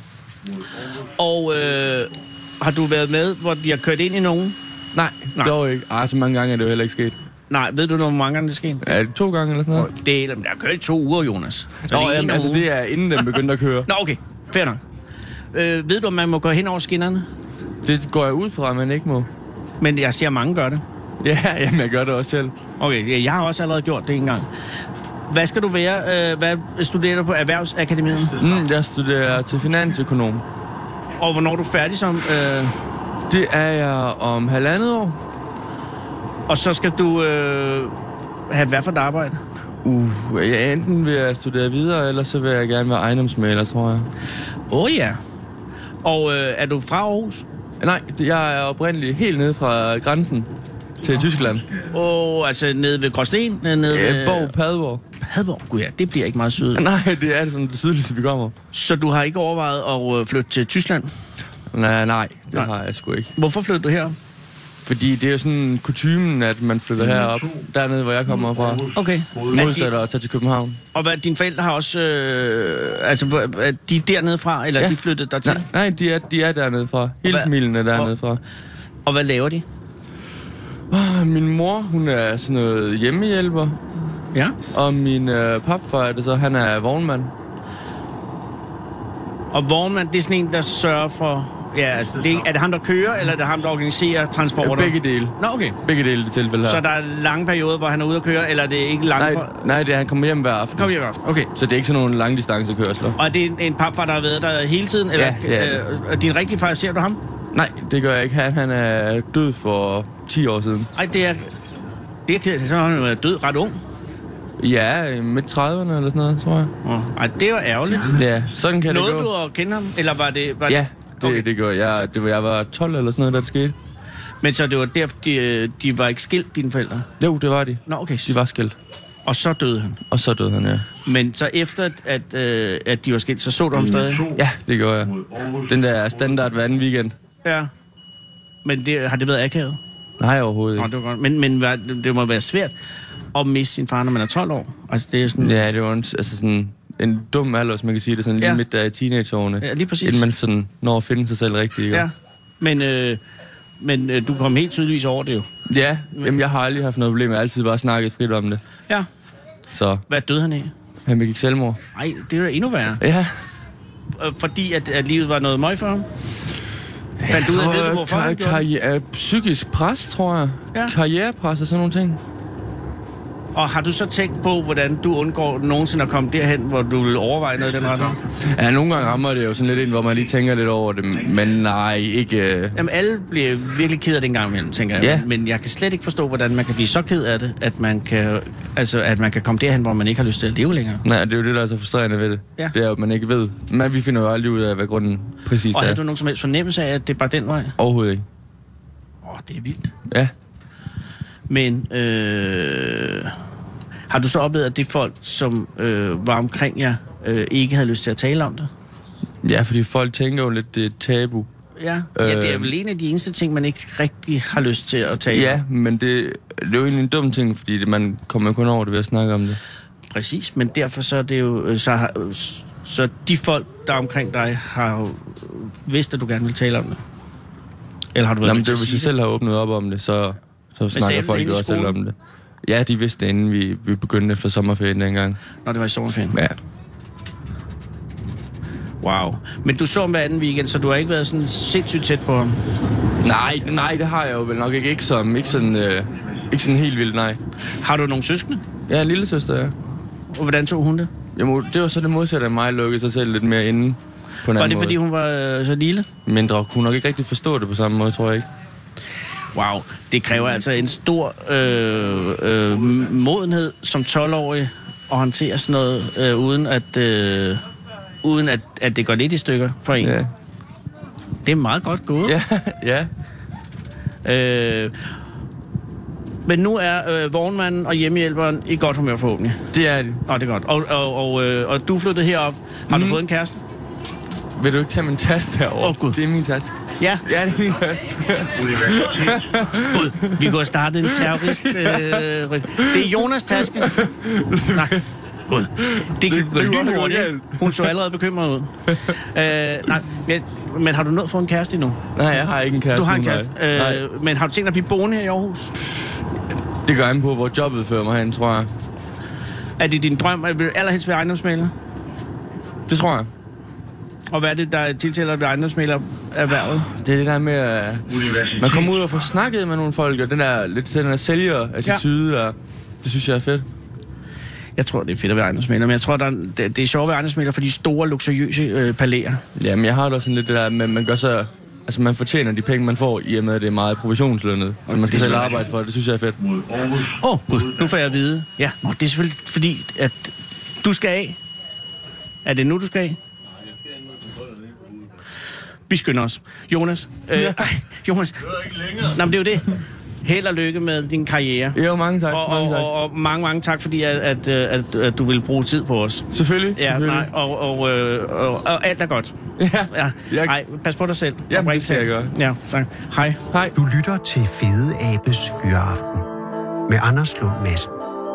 S4: Og øh, har du været med, hvor de har kørt ind i nogen?
S5: Nej,
S4: Nej.
S5: dog ikke. Ej, så mange gange er det jo heller ikke sket.
S4: Nej, ved du, hvor mange gange det sker?
S5: Er det to gange eller sådan noget?
S4: Det er, der har kørt i to uger, Jonas. Så
S5: Nå,
S4: det er
S5: jamen,
S4: en
S5: altså
S4: uge.
S5: det er inden den begyndte at køre.
S4: Nå, okay. Fair nok. Øh, ved du, om man må gå hen over skinnerne?
S5: Det går jeg ud fra, at man ikke må.
S4: Men jeg siger, at mange gør det.
S5: Ja, jamen jeg gør det også selv.
S4: Okay, ja, jeg har også allerede gjort det en gang. Hvad skal du være? Øh, hvad studerer du på Erhvervsakademiet?
S5: Mm, jeg studerer til finansøkonom.
S4: Og hvornår er du færdig som? Øh,
S5: Det er jeg om halvandet år.
S4: og så skal du øh, have hvad for et arbejde?
S5: Uh, jeg enten vil jeg studere videre, eller så vil jeg gerne være ejendomsmægler, tror jeg.
S4: Åh oh, ja. Og øh, er du fra Aarhus?
S5: Nej, det- jeg er oprindeligt helt nede fra grænsen til Tyskland.
S4: Åh, oh, altså nede ved Gråsten? Nede
S5: Øh,
S4: ved...
S5: Borg Padborg.
S4: Padborg? Gud ja, det bliver ikke meget syd.
S5: Nej, det er det sådan det sydligste, vi kommer.
S4: Så du har ikke overvejet at øh, flytte til Tyskland?
S5: Nej, nej, det
S4: Nej.
S5: nej. har jeg sgu ikke.
S4: Hvorfor flyttede du her?
S5: Fordi det er jo sådan kutymen, at man flytter herop, dernede, hvor jeg kommer fra.
S4: Okay.
S5: Modsat at tage til København.
S4: Og hvad, dine forældre har også... Øh, altså, hvor- er de er dernede fra, eller ja.
S5: Ja.
S4: de flyttede dertil?
S5: Nej, nej de, er, de er dernede fra. Hele
S4: hvad-
S5: familien er dernede
S4: og-
S5: fra.
S4: Og hvad laver de?
S5: Oh, min mor, hun er sådan noget hjemmehjælper.
S4: Ja.
S5: Og min øh, papfar er det så, han er vognmand.
S4: Og vognmand, det er sådan en, der sørger for... Ja, altså, det er, er det ham, der kører, eller er det ham, der organiserer transporter?
S5: Begge dele.
S4: Nå, okay.
S5: Begge dele i det tilfælde her.
S4: Så der er lange perioder, hvor han er ude at køre, eller er det ikke lange
S5: nej,
S4: for...
S5: nej, det er, han kommer hjem hver aften.
S4: Kom hjem i aften. Okay.
S5: Så det er ikke sådan nogle langdistancekørsler.
S4: Og er det en, en papfar, der har været der hele tiden? Eller,
S5: Ja, det er det.
S4: øh, og din rigtige far, ser du ham?
S5: Nej, det gør jeg ikke. Han, han er død for ti år siden.
S4: Ej, det er... Det er kedeligt. Så har han jo været død ret ung.
S5: Ja, midt trediverne eller sådan noget, tror jeg.
S4: Oh, ej, det var ærgerligt.
S5: Ja, sådan kan
S4: Nåede
S5: det gå.
S4: du at kende ham? Eller var det... Var
S5: Ja, det,
S4: Okay.
S5: okay. det gjorde jeg. Det var, jeg var tolv eller sådan noget, da det skete.
S4: Men så det var derfor, de, de var ikke skilt, dine forældre?
S5: Jo, det var de.
S4: Nå, okay.
S5: De var skilt.
S4: Og så døde han.
S5: Og så døde han, ja.
S4: Men så efter, at, øh, at de var skilt, så så du ham stadig?
S5: Ja, det gjorde jeg. Den der standard hver anden weekend.
S4: Ja. Men det, har det været akavet?
S5: Nej, overhovedet
S4: Nå,
S5: ikke.
S4: det var godt. Men, men hvad- det må være svært at miste sin far, når man er tolv år. Altså, det er sådan...
S5: Ja, det var en, altså sådan en dum alder, hvis man kan sige det, sådan lige
S4: Ja.
S5: midt der i teenageårene.
S4: Ja, lige præcis.
S5: Inden man sådan når at finde sig selv rigtigt, ikke?
S4: Ja. Men, øh, men øh, du kom helt tydeligvis over det jo.
S5: Ja, jamen, jeg har aldrig haft noget problem. Jeg har altid bare snakket frit om det.
S4: Ja.
S5: Så
S4: Hvad døde han af?
S5: han begik selvmord.
S4: Nej, det er jo endnu værre.
S5: Ja,
S4: Øh, Fordi at, at livet var noget møg for ham? Fandt du ud af, ved du, hvorfor han gjorde det?
S9: Karriere, psykisk pres, tror jeg.
S4: Ja.
S9: Karrierepres og sådan nogle ting.
S4: Og har du så tænkt på, hvordan du undgår nogensinde at komme derhen, hvor du vil overveje noget i den retning?
S9: Ja, nogle gange rammer det jo sådan lidt ind, hvor man lige tænker lidt over det, men nej, ikke...
S4: Jamen, alle bliver virkelig ked af det en gang imellem, tænker jeg.
S9: Ja.
S4: Men jeg kan slet ikke forstå, hvordan man kan blive så ked af det, at man kan, altså, at man kan komme derhen, hvor man ikke har lyst til at leve længere.
S9: Nej, det er jo det, der er så frustrerende ved det.
S4: Ja.
S9: Det er jo, at man ikke ved. Men vi finder jo aldrig ud af, hvad grunden præcis
S4: Og
S9: er.
S4: havde du nogen som helst fornemmelse af, at det er bare den vej?
S9: Overhovedet ikke.
S4: Åh, oh, det er vildt.
S9: Ja.
S4: Men øh, har du så oplevet, at de folk, som øh, var omkring jer, øh, ikke havde lyst til at tale om det?
S9: Ja, fordi folk tænker jo lidt, det er et tabu.
S4: Ja, ja det er
S9: Øh,
S4: vel en af de eneste ting, man ikke rigtig har lyst til at tale
S9: Ja,
S4: om.
S9: men det, det er jo egentlig en dum ting, fordi det, man kommer kun over det ved at snakke om det.
S4: Præcis, men derfor så er det jo... øh, Så, har, så de folk, der er omkring dig, har jo vidst, at du gerne vil tale om det. Eller har du været
S9: Jamen,
S4: med
S9: det er
S4: til
S9: jo,
S4: at
S9: hvis
S4: sige
S9: jeg selv har åbnet op om det, så, så
S4: sagde
S9: snakker
S4: du
S9: folk
S4: det
S9: jo
S4: inde i
S9: også selv
S4: skolen?
S9: om det. Ja, de vidste det, inden vi, vi begyndte efter sommerferien dengang.
S4: Når det var i sommerferien?
S9: Ja.
S4: Wow. Men du så ham hver anden weekend, så du har ikke været sådan sindssygt tæt på ham?
S9: Nej, nej, det har jeg jo vel nok ikke. Ikke, som, ikke, sådan, øh, ikke sådan helt vildt, nej.
S4: Har du nogle søskende?
S9: Ja, en lille søster, ja.
S4: Og hvordan tog hun det?
S9: Jamen, det var så det modsatte af mig, at lukke sig selv lidt mere inde på en
S4: Var
S9: anden
S4: det,
S9: måde.
S4: fordi hun var øh, så lille?
S9: Mindre kunne nok ikke rigtig forstå det på samme måde, tror jeg ikke.
S4: Wow, det kræver altså en stor øh, øh, modenhed som tolv-årig at håndtere sådan noget, øh, uden at øh, uden at, at det går lidt i stykker for en.
S9: Ja.
S4: Det er meget godt gået.
S9: Ja, ja.
S4: Øh, men nu er øh, vognmanden og hjemmehjælperen i godt humør forhåbentlig.
S9: Det er det.
S4: Nå, det er godt. Og, og, og, øh, og du flyttede herop. Har mm. du fået en kæreste?
S9: Vil du ikke tage min taske herovre?
S4: Åh, oh, Gud.
S9: Det er min taske.
S4: Ja.
S9: Ja, det er min taske.
S4: Gud, vi kunne have startet en terrorist. Øh, det er Jonas' taske. Nej. Gud. Det kan gå lynhurtigt. Hun så allerede bekymret ud. Øh, nej, men, men har du nået at få en kæreste endnu?
S9: Nej, jeg har ikke en kæreste.
S4: Du har en
S9: nu,
S4: kæreste.
S9: nej.
S4: Øh, men har du tænkt dig at blive boende her i Aarhus?
S9: Det gør an på, hvor jobbet fører mig hen, tror jeg.
S4: Er det din drøm, at du allerhelst være ejendomsmægler?
S9: Det tror jeg.
S4: Og hvad er det, der tiltæller ved ejendomsmæglererhvervet?
S9: Det er det der med, at man kommer ud og får snakket med nogle folk, og den der lidt den der sælger-attitude, ja. Det synes jeg er fedt.
S4: Jeg tror, det er fedt at være ejendomsmægler, men jeg tror, der er, det, det er sjovt at være ejendomsmægler for de store, luksuriøse øh, palæer.
S9: Jamen, jeg har da også sådan lidt det der med, man gør så... Altså, man fortjener de penge, man får, i og med, at det er meget provisionslønnet. Så man skal selv arbejde for det. Det synes jeg er fedt.
S4: Åh, oh, gud, nu får jeg at vide. Ja, nå, det er selvfølgelig fordi, at du skal af. Er det nu, du skal af? Vi skynder os. Jonas. Øh, ej, Jonas. Det er ikke længere. Nå, men det er jo det. Held og lykke med din karriere.
S9: Jo, mange tak.
S4: Og,
S9: mange, tak.
S4: og, og, og mange, mange tak, fordi at, at, at, at du vil bruge tid på os.
S9: Selvfølgelig.
S4: Ja,
S9: selvfølgelig.
S4: nej, og, og, øh, og, og alt er godt.
S9: Ja.
S4: Ja.
S9: Jeg...
S4: Nej, pas på dig selv.
S9: Jamen, det skal jeg gøre.
S4: Ja, tak. Hej.
S9: Hej.
S10: Du lytter til Fede Abes Fyraften med Anders Lund Madsen.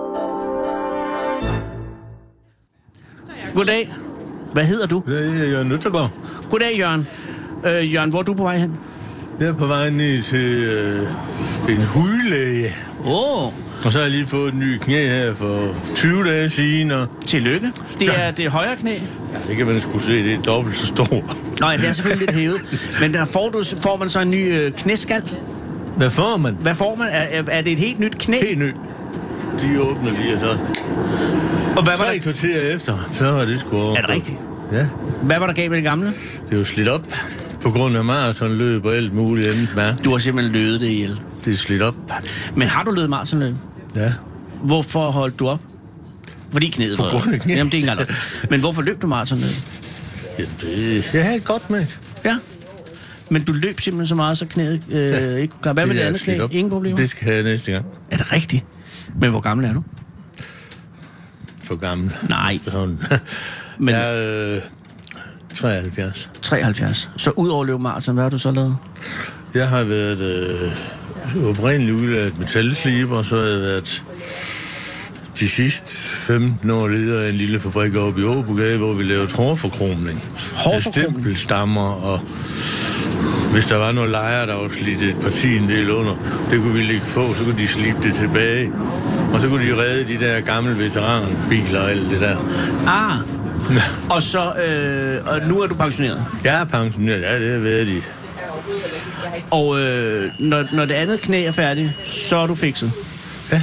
S4: Goddag. Hvad hedder du?
S11: Det er Jørgen Nøttergaard.
S4: Goddag, Jørgen. Øh, Jørgen, hvor er du på vej hen?
S11: Jeg er på vej ned til øh, en hudlæge.
S4: Åh. Oh.
S11: Og så har jeg lige fået en ny knæ her for tyve dage siden. Og...
S4: Tillykke. Det er det højre knæ.
S11: Ja, det kan man sgu se, det er dobbelt så stort.
S4: Nå ja, det er selvfølgelig lidt hævet. Men der får, du, får man så en ny øh, knæskal?
S11: Hvad får man?
S4: Hvad får man? Er, er det et helt nyt knæ?
S11: Helt nyt. De åbner lige, og så...
S4: Og hvad var
S11: Tre
S4: der...
S11: kvarter efter, så var det sgu over.
S4: Er det rigtigt?
S11: Ja.
S4: Hvad var der galt med det gamle?
S11: Det er jo slidt op på grund af maratonløb og alt muligt andet med.
S4: Du har simpelthen løbet det ihjel.
S11: Det er slidt op.
S4: Men har du løbet maratonløb?
S11: Ja.
S4: Hvorfor holdt du op? Fordi knæet
S11: På
S4: var...
S11: grund af knæet.
S4: Jamen, det er ikke engang. Men hvorfor løb du maratonløb?
S11: Ja, det... Jeg har et godt med.
S4: Ja. Men du løb simpelthen så meget, så knæet øh, ja. ikke kunne klare. Hvad med det andet knæ? Ingen problemer?
S11: Det skal jeg næste gang.
S4: Er det rigtigt? Men hvor gammel er du?
S11: For gammel.
S4: Nej.
S11: Men... Jeg er øh, treoghalvfjerds.
S4: treoghalvfjerds. Så ud over løbe maraton, hvad har du så lavet?
S11: Jeg har været øh, oprindeligt udlært metalsliber, og så har jeg været de sidste femten år leder af en lille fabrik oppe i Åbogade, hvor vi lavede hårforkromning. Hårforkromning? Stempelstammer, og hvis der var nogle lejer, der var slidt et parti en del under, det kunne vi lægge få, så kunne de slippe det tilbage. Og så kunne de redde de der gamle veteranbiler og alt det der.
S4: Ah, og så, øh, og nu er du pensioneret?
S11: Jeg er pensioneret, ja, det har været i
S4: Og øh, når, når det andet knæ er færdigt, så er du fikset.
S11: Ja.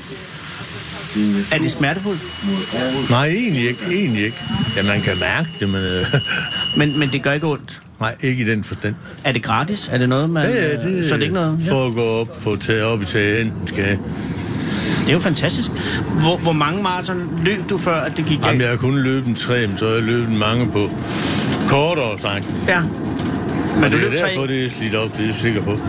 S4: Er det smertefuldt?
S11: Nej, egentlig ikke. Egentlig ikke. Ja, man kan mærke det, men... Øh...
S4: men, men det gør ikke ondt?
S11: Nej, ikke i den forstand.
S4: Er det gratis? Er det noget, man...
S11: Ja, ja, det,
S4: så er det ikke noget?
S11: For at gå op, på, op i taget, skal.
S4: Det er jo fantastisk. Hvor, hvor mange maraton løb du før, at det gik galt?
S11: Jamen, jeg har kun løbet en tre, men så har jeg løbet mange på kortere strækning.
S4: Ja. Men
S11: og
S4: du
S11: det er
S4: løb
S11: derfor, det er slidt op, det er jeg sikker på.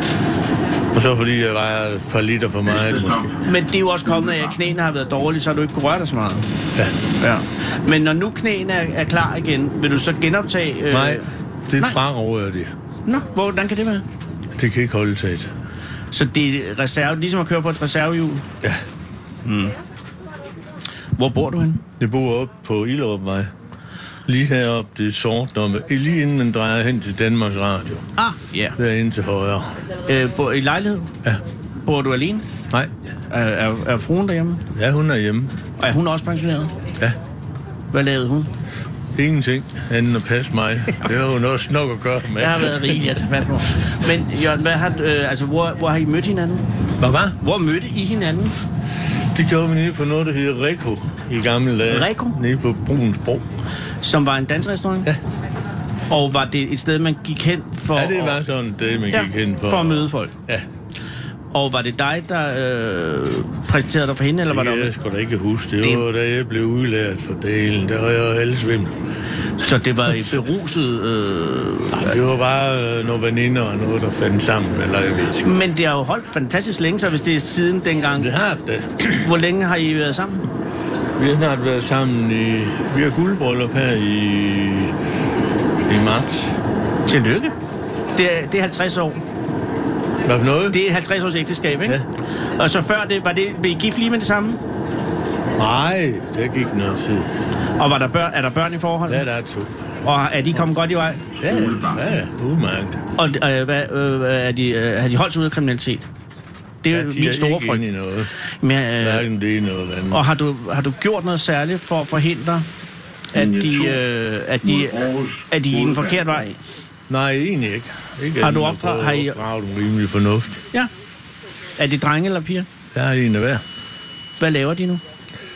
S11: Og så fordi jeg vejer et par liter for meget, måske.
S4: Men det er jo også kommet af, at knæene har været dårlige, så har du ikke kunne røre dig så meget.
S11: Ja.
S4: Ja. Men når nu knæene er, er klar igen, vil du så genoptage... Øh...
S11: Nej, det fraråder jeg det.
S4: Nå, hvordan kan det være?
S11: Det kan ikke holde taget.
S4: Så det er reserve, ligesom at køre på et reservehjul?
S11: Ja.
S4: Mm. Hvor bor du henne?
S11: Jeg bor oppe på Ilderupvej. Lige heroppe, det er sort, når man, lige inden man drejer hen til Danmarks Radio.
S4: Ah, ja. Yeah.
S11: Derinde til højre.
S4: Øh, bor i lejlighed?
S11: Ja.
S4: Bor du alene?
S11: Nej.
S4: Er, er, er fruen derhjemme?
S11: Ja, hun er hjemme.
S4: Og er hun også pensioneret?
S11: Ja.
S4: Hvad lavede hun?
S11: Ingenting andet at passe mig. Det har hun også nok at gøre med.
S4: Jeg har været rigeligt at tage fat på. Men Jørgen, hvad har, øh, altså, hvor, hvor har I mødt hinanden?
S11: Hvad var?
S4: Hvor mødte I hinanden?
S11: Det gjorde vi nede på noget, der hedder Reko i gamle dage.
S4: Reko?
S11: Nede på Bruns Bro.
S4: Som var en dansrestaurant?
S11: Ja.
S4: Og var det et sted, man gik hen for...
S11: Ja, det var sådan det, man
S4: ja,
S11: gik hen for.
S4: for at møde folk?
S11: Ja.
S4: Og var det dig, der øh, præsenterede dig for hende, eller
S11: det
S4: var det...
S11: Det jeg sgu da ikke huske. Det, det var da jeg blev udlært for delen. Der var jeg jo halvsvimmel.
S4: Så det var et beruset... Øh...
S11: Nej, det var bare øh, nogle veninder og noget, der fandt sammen, eller jeg ved ikke.
S4: Men det har jo holdt fantastisk længe, så hvis det er siden dengang...
S11: Det har det.
S4: Hvor længe har I været sammen?
S11: Vi har snart været sammen i... Vi har guldbryllup her i... i marts.
S4: Tillykke. Det er, det er halvtreds år.
S11: Hvad for noget?
S4: Det er halvtreds års ægteskab, ikke?
S11: Ja.
S4: Og så før det, var det... Blev I gift lige med det samme?
S11: Nej, det gik noget tid.
S4: Og var der børn, er der børn i forholdet?
S11: Ja, der er to.
S4: Og er de kommet godt i vej?
S11: Ja, ja, udmærket.
S4: Og øh, hvad, øh, er de, øh, har de holdt sig ud af kriminalitet? Det er
S11: ja,
S4: jo
S11: de
S4: min store
S11: ikke
S4: frygt.
S11: I noget.
S4: Men, øh,
S11: Hverken det er noget andet.
S4: Og har du, har du gjort noget særligt for at forhindre, at de, øh, at de, at de er i en forkert vej?
S11: Nej, egentlig ikke. ikke
S4: har du opdraget? Har I
S11: opdraget dem rimelig fornuftigt?
S4: Ja. Er det drenge eller piger?
S11: Jeg er en af hver.
S4: Hvad laver de nu?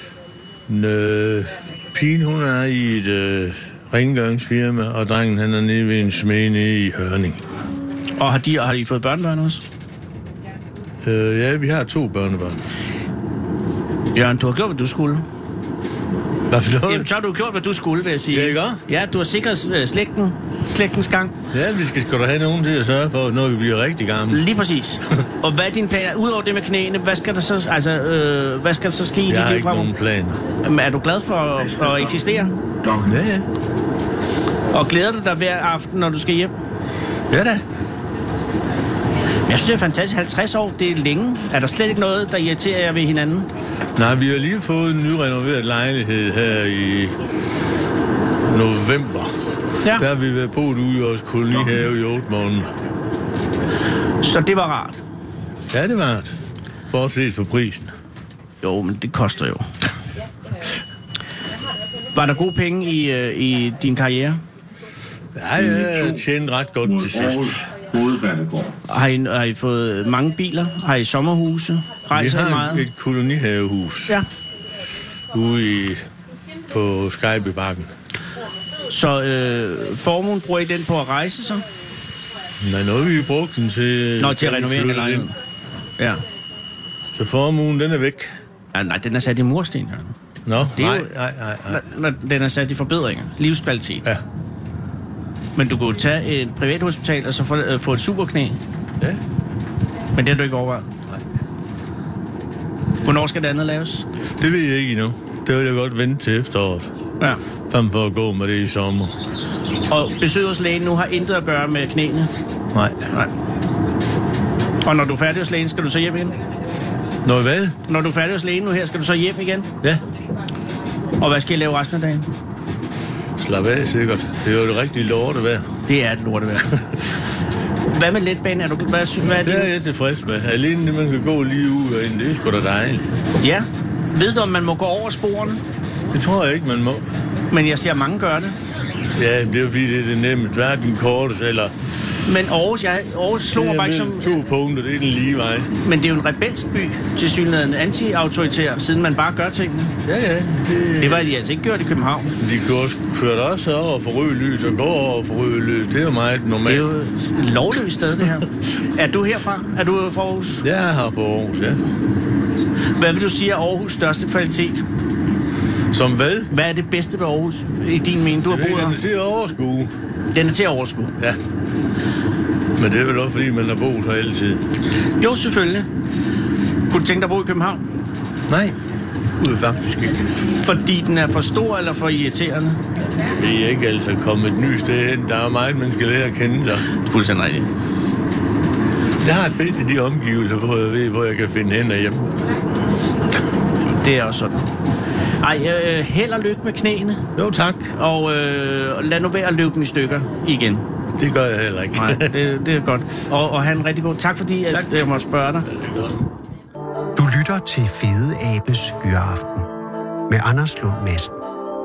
S11: Nø, pigen, hun er i et øh, rengøringsfirma, og drengen, han er nede ved en smed nede i Hørning.
S4: Og har de, har de fået børnebørn også?
S11: Øh, ja, vi har to børnebørn.
S4: Jørgen, du har gjort, hvad du skulle.
S11: Hvad for noget?
S4: Jamen, så har du gjort, hvad du skulle, vil jeg sige.
S11: Ja, ikke?
S4: Ja, du har sikret slægten, slægtens gang.
S11: Ja, vi skal sgu da have nogen til at sørge for, når vi bliver rigtig gamle.
S4: Lige præcis. Og hvad er din plan? Udover det med knæene, hvad skal der så, altså, øh, hvad skal der så ske i dit liv
S11: fremover? Jeg har
S4: fremover?
S11: ikke nogen planer.
S4: Er du glad for at, at eksistere?
S11: Ja, ja.
S4: Og glæder du dig hver aften, når du skal hjem?
S11: Ja da.
S4: Jeg synes, det er fantastisk. halvtreds år, det er længe. Er der slet ikke noget, der irriterer jer ved hinanden?
S11: Nej, vi har lige fået en nyrenoveret lejlighed her i november.
S4: Ja.
S11: Der har vi været boet ude i vores kolonihave i otte måneder.
S4: Så det var rart?
S11: Ja, det var rart. Bortset for prisen.
S4: Jo, men det koster jo. Var der gode penge i, øh, i din karriere?
S11: Ja, jeg tjente ret godt til sidst.
S4: Har I, har I fået mange biler? Har I sommerhuse? Rejser I meget?
S11: Vi har et kolonihavehus.
S4: Ja.
S11: Ude i, på Skybybakken.
S4: Så øh, formuen bruger I den på at rejse så?
S11: Nej, noget vi har brugt den til...
S4: Nå, til at renovere en lejlighed. Ja.
S11: Så formuen, den er væk.
S4: Ja, nej, den er sat i mursten, Jørgen.
S11: Nå,
S4: det er
S11: nej,
S4: jo,
S11: nej, nej, nej.
S4: Når, den er sat i forbedringer. Livskvalitet.
S11: Ja.
S4: Men du kunne tage et privathospital og så få, øh, få et superknæ.
S11: Ja.
S4: Men det har du ikke overvejet?
S11: Nej.
S4: Hvornår skal det andet laves?
S11: Det ved jeg ikke endnu. Det vil jeg godt vente til efteråret.
S4: Ja.
S11: Frem for at gå med det i sommer.
S4: Og besøg hos lægen nu har intet at gøre med knæene?
S11: Nej.
S4: Nej. Og når du er færdig hos lægen, skal du så hjem igen?
S11: Når hvad?
S4: Når du er færdig hos lægen nu her, skal du så hjem igen?
S11: Ja.
S4: Og hvad skal I lave resten af dagen?
S11: Slap af, sikkert. Det er jo det rigtige lortevejr.
S4: Det er det lortevejr. Hvad med letbane? Er du, hvad, hvad er
S11: det er jeg tilfreds med. Alene det, man kan gå lige ud og ind, det er sgu da dejligt.
S4: Ja. Ved du, om man må gå over sporene?
S11: Det tror jeg ikke, man må.
S4: Men jeg ser mange gøre det.
S11: Ja, det er jo fordi, det er det nemme. Hverken kortes eller
S4: Men Aarhus, jeg, Aarhus slog mig bare ikke som...
S11: to punkter, det er den lige vej.
S4: Men det er jo en rebelsk by, til synligheden anti-autoritær, siden man bare gør tingene.
S11: Ja, ja. Det,
S4: det var de altså ikke gjort i København.
S11: De kørte også over for rød lys og går over for rød lys. Det er jo meget normalt.
S4: Det er jo et lovløst sted, det her. Er du herfra? Er du fra Aarhus?
S11: Jeg er her fra Aarhus, ja.
S4: Hvad vil du sige er Aarhus største kvalitet?
S11: Som hvad?
S4: Hvad er det bedste ved Aarhus, i din mening? Du har boet her.
S11: Den er til at overskue.
S4: Den er til at overskue?
S11: Ja. Men det er vel også, fordi man har boet her altid.
S4: Jo, selvfølgelig. Kunne du tænke dig at bo i København?
S11: Nej, det er faktisk ikke.
S4: Fordi den er for stor eller for irriterende?
S11: Det er ikke altså kommet et nyt sted hen. Der er meget, man skal lære at kende der.
S4: Fuldstændig rigtigt.
S11: Jeg har et bedst i de omgivelser, hvor jeg ved, hvor jeg kan finde hen derhjemme.
S4: Det er også sådan. Ej, øh, held og lykke med knæene.
S11: Jo, tak.
S4: Og øh, lad nu være at løbe dem i stykker igen.
S11: Det gør jeg heller ikke.
S4: Nej, det, det er godt. Og, og have en rigtig god... Tak fordi, at tak. Jeg må spørge dig.
S10: Du lytter til Fede Abes Fyraften med Anders Lund Madsen.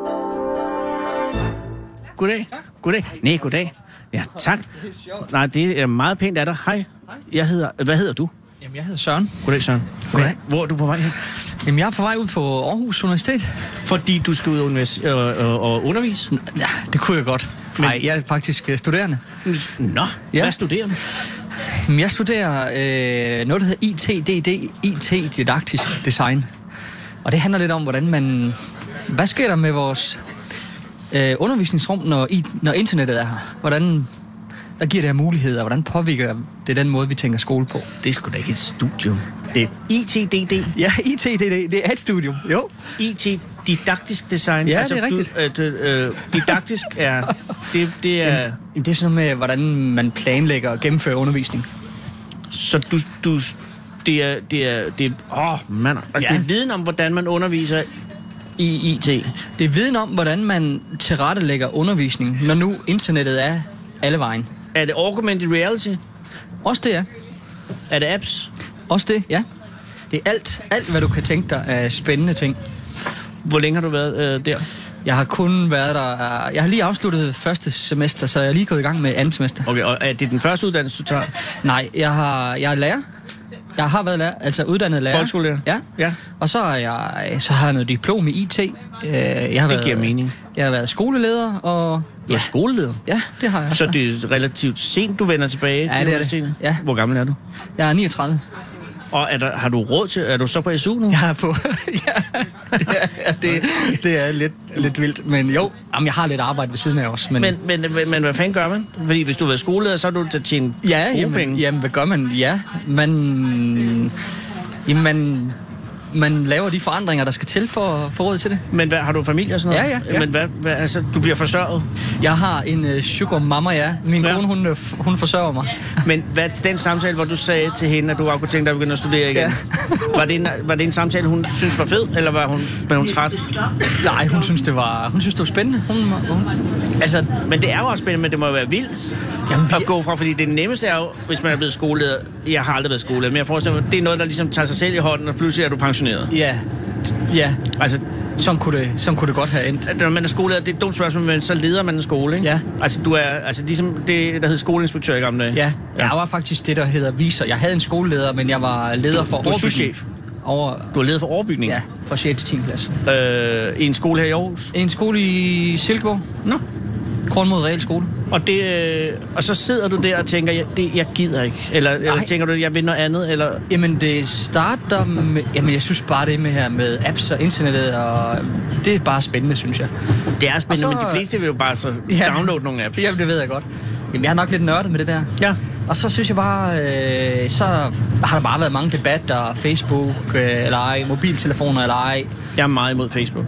S4: Goddag. Goddag. Nej, goddag. Ja, tak. Nej, det er meget pænt af dig. Hej. Jeg hedder... Hvad hedder du?
S12: Jamen, jeg hedder Søren.
S4: Goddag, Søren.
S12: Goddag.
S4: Hvor er du på vej hen?
S12: Jamen, jeg er på vej ud på Aarhus Universitet.
S4: Fordi du skal ud og, univers- og, og, og undervise?
S12: Ja, det kunne jeg godt. Nej, jeg er faktisk studerende.
S4: Nå, ja. Hvad studerer du?
S12: Jamen, jeg studerer øh, noget, der hedder I T D D, I T Didaktisk Design. Og det handler lidt om, hvordan man... Hvad sker der med vores øh, undervisningsrum, når, I, når internettet er her? Hvordan... Hvad giver det her muligheder? Hvordan påvirker det den måde, vi tænker skole på?
S4: Det er sgu da ikke et studium.
S12: Det
S4: I T D D?
S12: Ja, I T D D. Det er et studium, jo.
S4: I T Didaktisk Design?
S12: Ja, altså, det er rigtigt.
S4: Du, øh, øh, didaktisk er... Det, det er...
S12: Jamen, det er sådan noget med, hvordan man planlægger og gennemfører undervisning.
S4: Så du... du det er... Det er... Det er åh, mand. Altså, ja. Det er viden om, hvordan man underviser i I T.
S12: Det er viden om, hvordan man tilrettelægger undervisning, når nu internettet er alle vejen.
S4: Er det augmented reality?
S12: Også det, ja.
S4: Er det apps?
S12: Også det, ja. Det er alt, alt hvad du kan tænke dig af spændende ting.
S4: Hvor længe har du været øh, der?
S12: Jeg har kun været der... Jeg har lige afsluttet første semester, så jeg er lige gået i gang med andet semester.
S4: Okay, og er det den første uddannelse, du tager?
S12: Nej, jeg, har, jeg er lærer. Jeg har været lærer, altså uddannet lærer.
S4: Folkeskolelærer?
S12: Ja.
S4: ja.
S12: Og så, er jeg, så har jeg noget diplom i I T. Jeg har
S4: det
S12: været,
S4: giver mening.
S12: Jeg har været skoleleder, og...
S4: Du er skoleleder?
S12: Ja, det har jeg.
S4: Så det er relativt sent, du vender tilbage
S12: ja,
S4: til
S12: det er det. Ja.
S4: Hvor gammel er du?
S12: Jeg er niogtredive.
S4: Og er der, har du råd til... Er du så på S U nu?
S12: Jeg er på... ja, det er, det, det er lidt, lidt vildt. Men jo, jamen, jeg har lidt arbejde ved siden af os. Men,
S4: men, men, men, men hvad fanden gør man? Fordi hvis du har været skoleleder, så er du til at tjene
S12: ja,
S4: gode
S12: jamen,
S4: penge.
S12: Jamen, hvad gør man? Ja, man... Jamen, man... Man laver de forandringer, der skal til for at få råd til det.
S4: Men hvad, har du familie og sådan noget?
S12: Ja, ja. ja.
S4: Men hvad, hvad, altså, du bliver forsørget?
S12: Jeg har en uh, sugar mama, ja. Min ja. kone, hun, hun forsørger mig.
S4: Men hvad, den samtale, hvor du sagde til hende, at du godt kunne tænke dig at begynde at studere igen, ja. var, det en, var det en samtale, hun synes var fed, eller var hun, var hun træt?
S12: Nej, hun synes, det var, hun synes, det var spændende. Hun, hun,
S4: altså, men det er jo også spændende, men det må jo være vildt Jamen, vi... at gå fra, fordi det nemmeste er jo, hvis man er blevet skoleleder. Jeg har aldrig været skoleleder, men jeg forestiller mig, det er noget, der ligesom tager sig selv i hånden, og pludselig er du pensioneret.
S12: Ja, ja.
S4: Altså,
S12: sådan kunne det, sådan kunne det godt have endt.
S4: Når man er skoleleder, det er et dumt spørgsmål, men så leder man en skole, ikke?
S12: Ja.
S4: Altså, du er altså ligesom det, der hed skoleinspektør i gamle dage.
S12: Ja, ja. Jeg var faktisk det, der hedder viser. Jeg havde en skoleleder, men jeg var leder for
S4: overbygning. Du er souschef?
S12: Over...
S4: Du er leder for overbygning?
S12: Ja, fra sjette til tiende klasse.
S4: Øh, I en skole her i Aarhus?
S12: En skole i Silkeborg.
S4: Nå.
S12: Kornmod Realskole.
S4: Og, det, øh, og så sidder du der og tænker, jeg, det, jeg gider ikke. Eller, eller tænker du, jeg vil noget andet? Eller?
S12: Jamen, det starter med... Jamen, jeg synes bare det med her med apps og internettet, og det er bare spændende, synes jeg.
S4: Det er spændende, så, men de fleste vil jo bare så ja, downloade nogle apps.
S12: Jamen, det ved jeg godt. Jamen, jeg har nok lidt nørdet med det der.
S4: Ja.
S12: Og så synes jeg bare, øh, så har der bare været mange debatter, Facebook øh, eller ej, mobiltelefoner eller ej.
S4: Jeg er meget imod Facebook.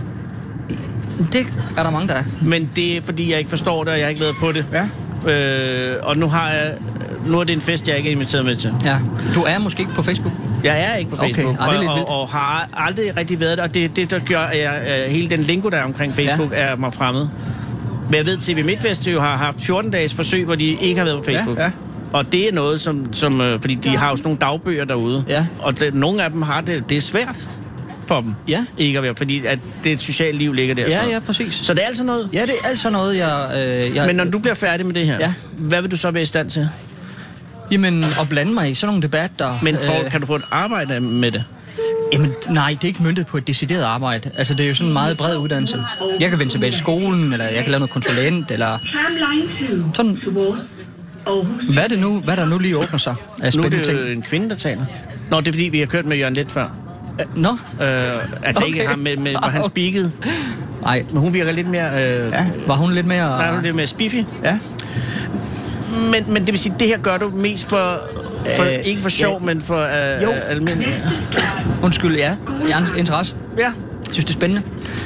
S12: Det er der mange, der er.
S4: Men det er, fordi jeg ikke forstår det, og jeg har ikke været på det.
S12: Ja.
S4: Øh, og nu har jeg... Nu er det en fest, jeg ikke er inviteret med til.
S12: Ja. Du er måske ikke på Facebook?
S4: Jeg er ikke på Facebook.
S12: Okay. Ah, det er lidt
S4: og, og, og har aldrig rigtig været der. Og det, det der gør, at jeg, hele den lingo, der er omkring Facebook, ja. er mig fremmed. Men jeg ved, at T V MidtVest jo har haft fjorten dages forsøg, hvor de ikke har været på Facebook.
S12: Ja, ja.
S4: Og det er noget, som... som fordi de har jo sådan nogle dagbøger derude.
S12: Ja.
S4: Og det, nogle af dem har det... Det er svært. for dem.
S12: Ja.
S4: Ikke at være, fordi at det et socialt liv ligger der.
S12: Ja, ja, præcis.
S4: Så det er altså noget?
S12: Ja, det er altså noget, jeg... Øh, jeg
S4: Men når du bliver færdig med det her,
S12: ja.
S4: hvad vil du så være i stand til?
S12: Jamen, at blande mig i sådan nogle debatter...
S4: Men for,
S12: øh,
S4: kan du få et arbejde med det?
S12: Jamen, nej, det er ikke møntet på et decideret arbejde. Altså, det er jo sådan en meget bred uddannelse. Jeg kan vende tilbage til skolen, eller jeg kan lave noget konsulent, eller... Sådan... Hvad er det nu, hvad der nu lige åbner sig af
S4: Nu er
S12: spændende
S4: det jo
S12: ting?
S4: en kvinde, der taler. Nå, det er fordi, vi har kørt med Jørgen lidt før.
S12: Nå?
S4: Øh, altså okay. Ikke ham, med, med, hvor han speakede.
S12: Nej.
S4: Men hun virker lidt mere... Øh,
S12: ja, var hun lidt mere...
S4: Nej, hun er lidt mere spiffy.
S12: Ja.
S4: Men, men det vil sige, det her gør du mest for... for
S12: Øh,
S4: ikke for sjov,
S12: ja.
S4: men for øh,
S12: Jo.
S4: almindelig...
S12: Undskyld, ja. Jeg har interesse.
S4: Ja.
S12: Jeg synes, det er spændende.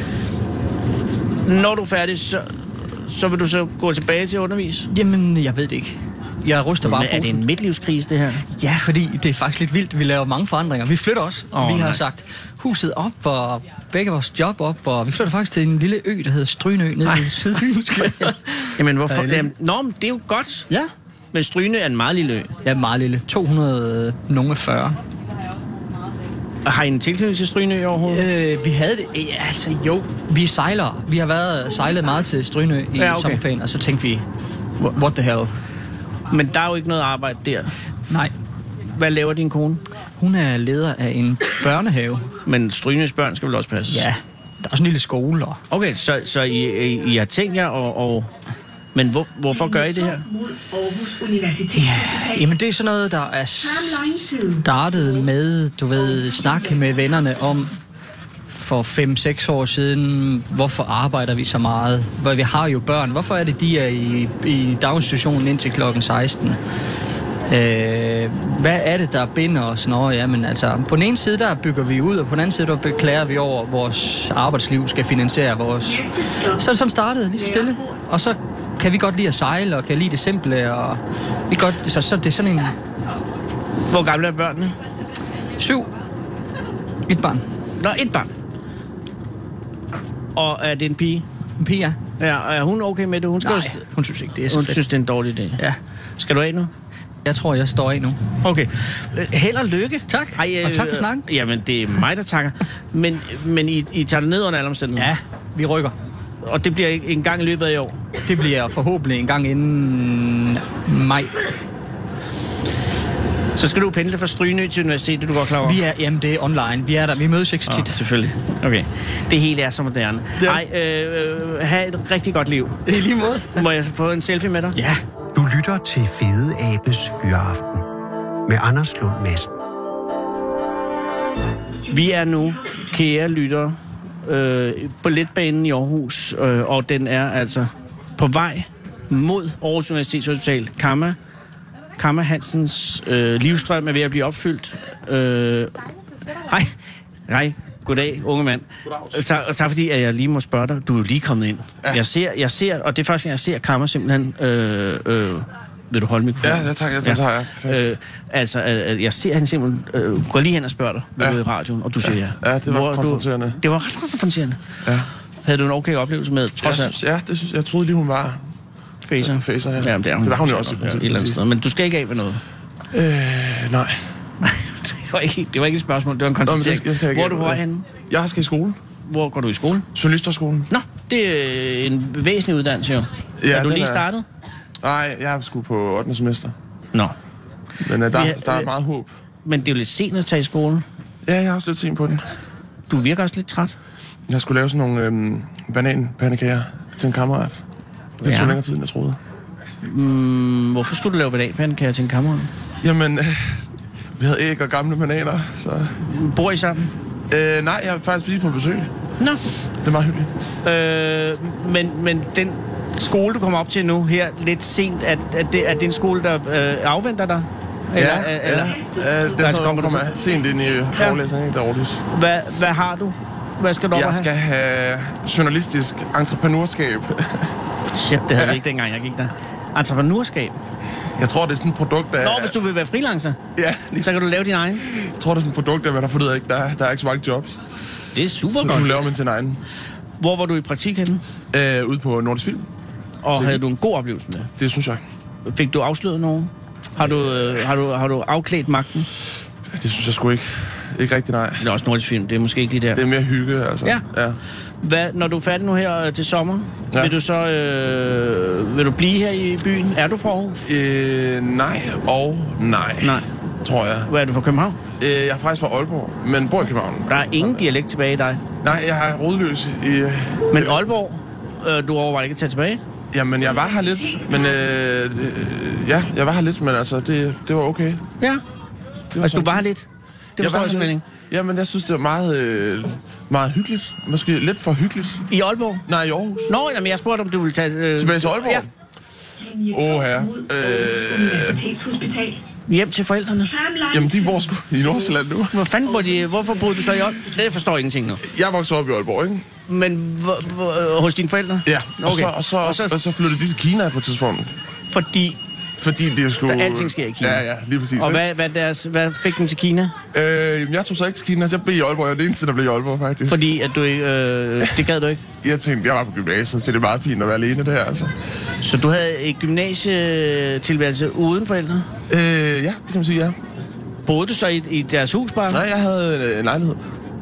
S4: Når du er færdig, så, så vil du så gå tilbage til at undervise?
S12: Jamen, jeg ved det ikke. Jeg ryster bare
S4: på. Er det en midtlivskrise, det her?
S12: Ja, fordi det er faktisk lidt vildt. Vi laver mange forandringer. Vi flytter også.
S4: Oh,
S12: vi har
S4: nej.
S12: sagt huset op, og begge vores job op, og vi flytter faktisk til en lille ø, der hedder Strynø, nede i Sydfynsk.
S4: Jamen, hvorfor?
S12: Ja,
S4: Jamen, nå, men det er jo godt.
S12: Ja.
S4: Men Strynø er en meget lille ø.
S12: Ja, meget lille. to hundrede nogle fyrre.
S4: Har I en tilknytning til Strynø overhovedet?
S12: Øh, vi havde det... Ja, altså, jo. Vi sejler. Vi har været sejlet meget til Strynø i
S4: Ja, okay.
S12: sommerferien, og så tænkte vi, what the hell?
S4: Men der er jo ikke noget arbejde der.
S12: Nej.
S4: Hvad laver din kone?
S12: Hun er leder af en børnehave.
S4: Men Strynøs børn skal vel også passes?
S12: Ja. Der er også en lille skole. Og...
S4: Okay, så, så I, I, I har tænkt jer, og, og... men hvor, hvorfor gør I det her?
S12: Ja, jamen det er sådan noget, der er startet med, du ved, snak med vennerne om for fem seks år siden, hvorfor arbejder vi så meget? Hvor vi har jo børn. Hvorfor er det, de er i, i daginstitutionen indtil klokken seksten? Øh, hvad er det, der binder os? Nå, ja, men altså, på den ene side, der bygger vi ud, og på den anden side, der beklager vi over, at vores arbejdsliv skal finansiere vores... Så er det sådan startet, lige så stille. Og så kan vi godt lide at sejle, og kan lide det simple, og vi godt... Så, så det er sådan en...
S4: Hvor gamle er børnene?
S12: Syv. Et barn.
S4: Nå, et barn. Og er det en pige?
S12: En pige, ja.
S4: Ja, og er hun okay med det? Hun skal
S12: Nej,
S4: jo...
S12: hun synes ikke, det er så
S4: Hun
S12: fedt.
S4: synes, det er en dårlig idé.
S12: Ja.
S4: Skal du af nu?
S12: Jeg tror, jeg står af nu.
S4: Okay. Held og lykke.
S12: Tak.
S4: Ej, øh,
S12: og tak for snakken.
S4: Jamen, det er mig, der takker. Men, men I, I tager det ned under alle omstændigheder?
S12: Ja, vi rykker.
S4: Og det bliver en gang i løbet af i år?
S12: Det bliver forhåbentlig en gang inden maj.
S4: Så skal du pendle fra Strynø til universitetet, du går klar over?
S12: Vi er, jamen, det er online. Vi er der. Vi mødes ikke så tit.
S4: Oh, selvfølgelig. Okay. Det hele er så moderne. Nej, øh, øh, have et rigtig godt liv.
S12: I lige måde.
S4: Må jeg få en selfie med dig?
S12: Ja.
S10: Du lytter til Fede Abes Fyraften med Anders Lund Madsen.
S4: Vi er nu, kære lyttere, øh, på letbanen i Aarhus, øh, og den er altså på vej mod Aarhus Universitetshospital. Kamma, Kamma Hansens øh, livsstrøm er ved at blive opfyldt. Øh, hej, hej, goddag, unge mand. Tak, tak fordi at jeg lige må spørge dig. Du er jo lige kommet ind. Ja. Jeg ser, jeg ser, og det er første gang, jeg ser Kamma simpelthen... Øh, øh, vil du holde mikrofonen?
S13: Ja, det tager jeg. Det tager jeg.
S4: Øh, altså, at jeg ser, at han simpelthen øh, går lige hen og spørger dig ja. i radioen, og du siger ja.
S13: Ja, det var
S4: Hvor,
S13: konfronterende.
S4: Du, det var ret konfronterende.
S13: Ja.
S4: Havde du en okay oplevelse med, trods
S13: jeg
S4: alt?
S13: synes, ja, det synes jeg. troede lige, hun var...
S4: Facer?
S13: Facer, ja.
S4: Jamen, det er hun.
S13: Det var hun jo også.
S4: Ja, et eller andet sted. Men du skal ikke af med noget?
S13: Øh, nej.
S4: det, var ikke, det var ikke et spørgsmål, det var en konstatering.
S13: Nå, jeg skal
S4: Hvor er du på vej henne?
S13: Jeg skal i skole.
S4: Hvor går du i skole?
S13: Journalisterskolen.
S4: Nå, det er en væsentlig uddannelse jo.
S13: Ja,
S4: er du lige
S13: er...
S4: startet?
S13: Nej, jeg er sgu på ottende semester.
S4: Nå.
S13: Men uh, der,
S4: Vi,
S13: der er meget håb.
S4: Men det er jo lidt sent at tage i skole.
S13: Ja, jeg har også lidt sent på den.
S4: Du virker også lidt træt.
S13: Jeg skulle lave sådan nogle øhm, bananpandekager til en kammerat. Det tog ja. længere tid, end jeg troede.
S4: Mm, hvorfor skulle du lave bananpandekager til en kammerat?
S13: Jamen, øh, vi havde æg og gamle bananer, så...
S4: Bor I sammen?
S13: Øh, nej, jeg er faktisk lige på besøg.
S4: Nå.
S13: Det er meget hyggeligt.
S4: Øh, men, men den skole, du kommer op til nu her lidt sent, er, er, det, er det en skole, der øh, afventer dig? Eller,
S13: ja,
S4: eller,
S13: ja, det er altså, kommer, kommer sent ind i forelæsningen, ja. Dårligt.
S4: Hvad, hvad har du? Hvad skal du op
S13: Jeg
S4: have?
S13: skal have journalistisk entreprenørskab.
S4: Shit, det havde vi ikke dengang, jeg gik der. Entreprenørskab?
S13: Jeg tror, det er sådan et produkt af...
S4: Nå, hvis du vil være freelancer,
S13: ja,
S4: lige så kan du lave din egen.
S13: Jeg tror, det er sådan et produkt af, hvad der får ud af, der, der er ikke så mange jobs.
S4: Det er super
S13: så
S4: godt.
S13: Så du laver man sin egen.
S4: Hvor var du i praktik henne?
S13: Øh, ude på Nordisk Film.
S4: Og
S13: til...
S4: havde du en god oplevelse med?
S13: Det synes jeg.
S4: Fik du afsløret nogen? Har du, øh, har du, har du afklædt magten?
S13: Det synes jeg sgu ikke. ikke rigtig, nej.
S4: Det er også nordisk film, det er måske ikke lige der.
S13: Det er mere hygge, altså.
S4: Ja.
S13: ja.
S4: Hvad, når du er færdig nu her til sommer,
S13: ja.
S4: vil du så øh, vil du blive her i byen? Er du fra Aarhus?
S13: Øh, nej og nej.
S4: Nej.
S13: Tror jeg.
S4: Hvad er du fra København?
S13: Øh, jeg er faktisk fra Aalborg, men bor i København.
S4: Der er ingen dialekt tilbage i dig?
S13: Nej, jeg er rodløs i...
S4: Men Aalborg, øh, du overvejer ikke at tage tilbage?
S13: Jamen, jeg var her lidt, men... Øh, ja, jeg var her lidt, men altså, det, det var okay.
S4: Ja,
S13: det var
S4: altså
S13: sådan.
S4: du var her lidt? Det forstår jeg simpelthen ikke.
S13: Jamen, jeg synes, det var meget, øh, meget hyggeligt. Måske lidt for hyggeligt.
S4: I Aalborg?
S13: Nej, i Aarhus.
S4: Nå, jamen, jeg spurgte, om du ville tage... Øh...
S13: Tilbage til Aalborg?
S4: Ja.
S13: Åh, oh, herre. Øh...
S4: Hjem til forældrene?
S13: Jamen, de bor sgu i Nordsjælland nu.
S4: Hvor fanden bor de? Hvorfor boede du så i Aalborg? Det forstår jeg ingenting nu.
S13: Jeg voksede op i Aalborg, ikke?
S4: Men hvor, hvor, hos dine forældre?
S13: Ja, og,
S4: okay.
S13: så, og, så, og, så, og så flyttede de til Kina på et tidspunkt.
S4: Fordi?
S13: Fordi det skulle...
S4: Der alting sker i Kina.
S13: Ja, ja, lige præcis.
S4: Og hvad, hvad, deres, hvad fik dem til Kina?
S13: Øh, jeg tog så ikke til Kina, jeg blev i Aalborg. Jeg var det eneste, der blev i Aalborg, faktisk.
S4: Fordi at du ikke... Øh, det gad du ikke?
S13: Jeg tænkte, jeg var på gymnasiet, så det er meget fint at være alene det her, altså.
S4: Så du havde et gymnasietilværelse uden forældre?
S13: Øh, ja, det kan man sige, ja.
S4: Boede du så i, i deres hus bare?
S13: Nej, jeg havde en lejlighed.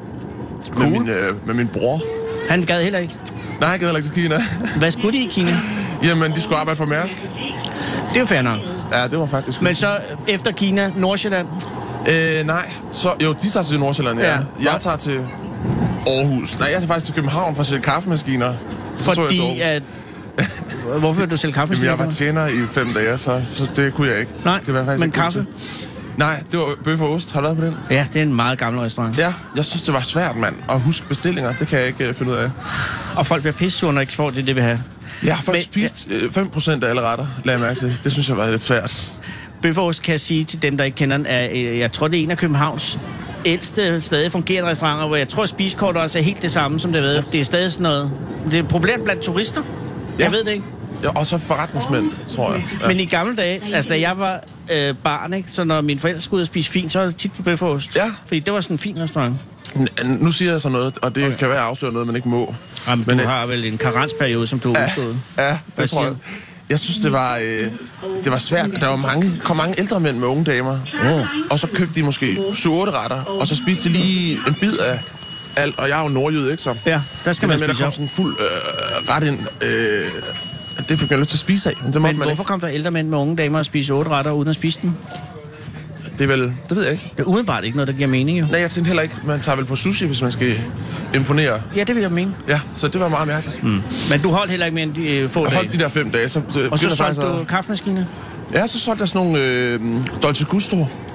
S4: Cool.
S13: Med min, øh, med min bror.
S4: Han gad heller ikke?
S13: Nej, han gad heller ikke til Kina.
S4: Hvad skulle de i Kina?
S13: Jamen, de skulle arbejde for Mærsk.
S4: Det er jo fair nok.
S13: Ja, det var faktisk...
S4: Men så efter Kina, Nordsjælland?
S13: Øh, nej. Så, jo, de tager til Nordsjælland, ja. ja. Jeg tager til Aarhus. Nej, jeg tager faktisk til København for at sælge kaffemaskiner. Så
S4: Fordi at... Hvorfor vil du sælge kaffemaskiner?
S13: Jamen, jeg var tjener i fem dage, så, så det kunne jeg ikke.
S4: Nej,
S13: det var faktisk
S4: men
S13: ikke
S4: kaffe?
S13: Nej, det var bøf og ost. Har du været på den?
S4: Ja, det er en meget gammel restaurant.
S13: Ja, jeg synes, det var svært, mand. At huske bestillinger, det kan jeg ikke uh, finde ud af.
S4: Og folk bliver pissesure, når ikke får det, det vil have.
S13: Jeg har faktisk spist uh, fem procent af alle retter, lad jeg mærke til. Det synes jeg var lidt svært.
S4: Bøf og ost, kan jeg sige til dem, der ikke kender den, er, jeg tror, det er en af Københavns ældste, stadig fungerende restauranter, hvor jeg tror, at spisekortet også er helt det samme, som det har været. Det er stadig sådan noget... Det er et problem blandt turister. Ja. Jeg ved det ikke.
S13: Ja, og så forretningsmænd, tror jeg.
S4: Ja. Men i gamle dage, altså da jeg var øh, barn, ikke, så når mine forældre skulle ud og spise fint, så var det tit på bøf og ost.
S13: Ja.
S4: Fordi det var sådan en fin restaurant.
S13: N- nu siger jeg så noget, og det okay. kan være afsløre noget, man ikke må.
S4: Jamen, men du har vel en karensperiode, som du har
S13: ja,
S4: udstået.
S13: Ja, det Hvad tror jeg. Jeg synes, det var, øh, det var svært. Der var mange, kom mange ældre mænd med unge damer. Oh. Og så købte de måske syv otte retter, og så spiste de lige en bid af alt. Og jeg er jo nordjyd, ikke så?
S4: Ja, der skal
S13: det
S4: man
S13: med,
S4: spise
S13: der kom sådan fuld øh, ret ind. Øh, det fik jeg lyst til at spise af. Men, det
S4: men hvorfor
S13: ikke.
S4: kom der ældre mænd med unge damer og spise otte retter uden at spise dem?
S13: Det er vel... Det ved jeg ikke.
S4: Det er udenbart ikke noget, der giver mening, jo.
S13: Nej, jeg tænkte heller ikke. Man tager vel på sushi, hvis man skal imponere.
S4: Ja, det vil jeg mene.
S13: Ja, så det var meget mærkeligt.
S4: Mm. Men du holdt heller ikke mere end de øh, få
S13: jeg
S4: dage?
S13: Jeg holdt de der fem dage. Så, så
S4: og så solgte
S13: at...
S4: du kaffemaskiner?
S13: Ja, så solgte jeg sådan nogle øh, Dolce Gusto.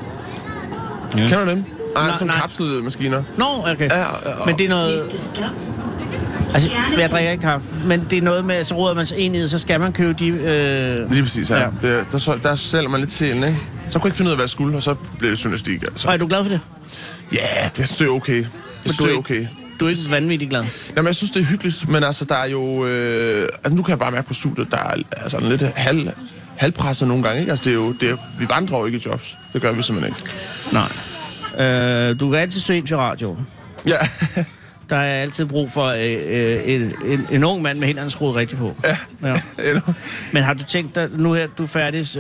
S13: Ja. Kender du dem? Nej, sådan nogle kapselmaskiner.
S4: Nå, okay.
S13: Ja, ja,
S4: men det er noget... Altså, jeg drikker ikke kaffe, men det er noget med, så råder man sig ind i det, så skal man købe de... Øh...
S13: Lige præcis, ja. ja. Det, der, så, der sælger man lidt sjælen, ikke? Så kunne jeg ikke finde ud af, hvad jeg skulle, og så blev det journalistik, altså.
S4: Og er du glad for det?
S13: Ja, det synes jeg er okay. Det synes jeg er okay.
S4: Du er ikke så vanvittigt glad?
S13: Jamen, jeg synes, det er hyggeligt, men altså, der er jo... Øh, altså, nu kan jeg bare mærke på studiet, der er altså, lidt halv, halvpresset nogle gange, ikke? Altså, det er jo... Det er, vi vandrer jo ikke i jobs. Det gør vi simpelthen ikke.
S4: Nej. Øh, du kan altid søge ind til radioen.
S13: Ja.
S4: Der er altid brug for øh, øh, en, en, en ung mand med hænderne skruet rigtigt på.
S13: Ja.
S4: ja. Men har du tænkt dig, nu her, du er færdig,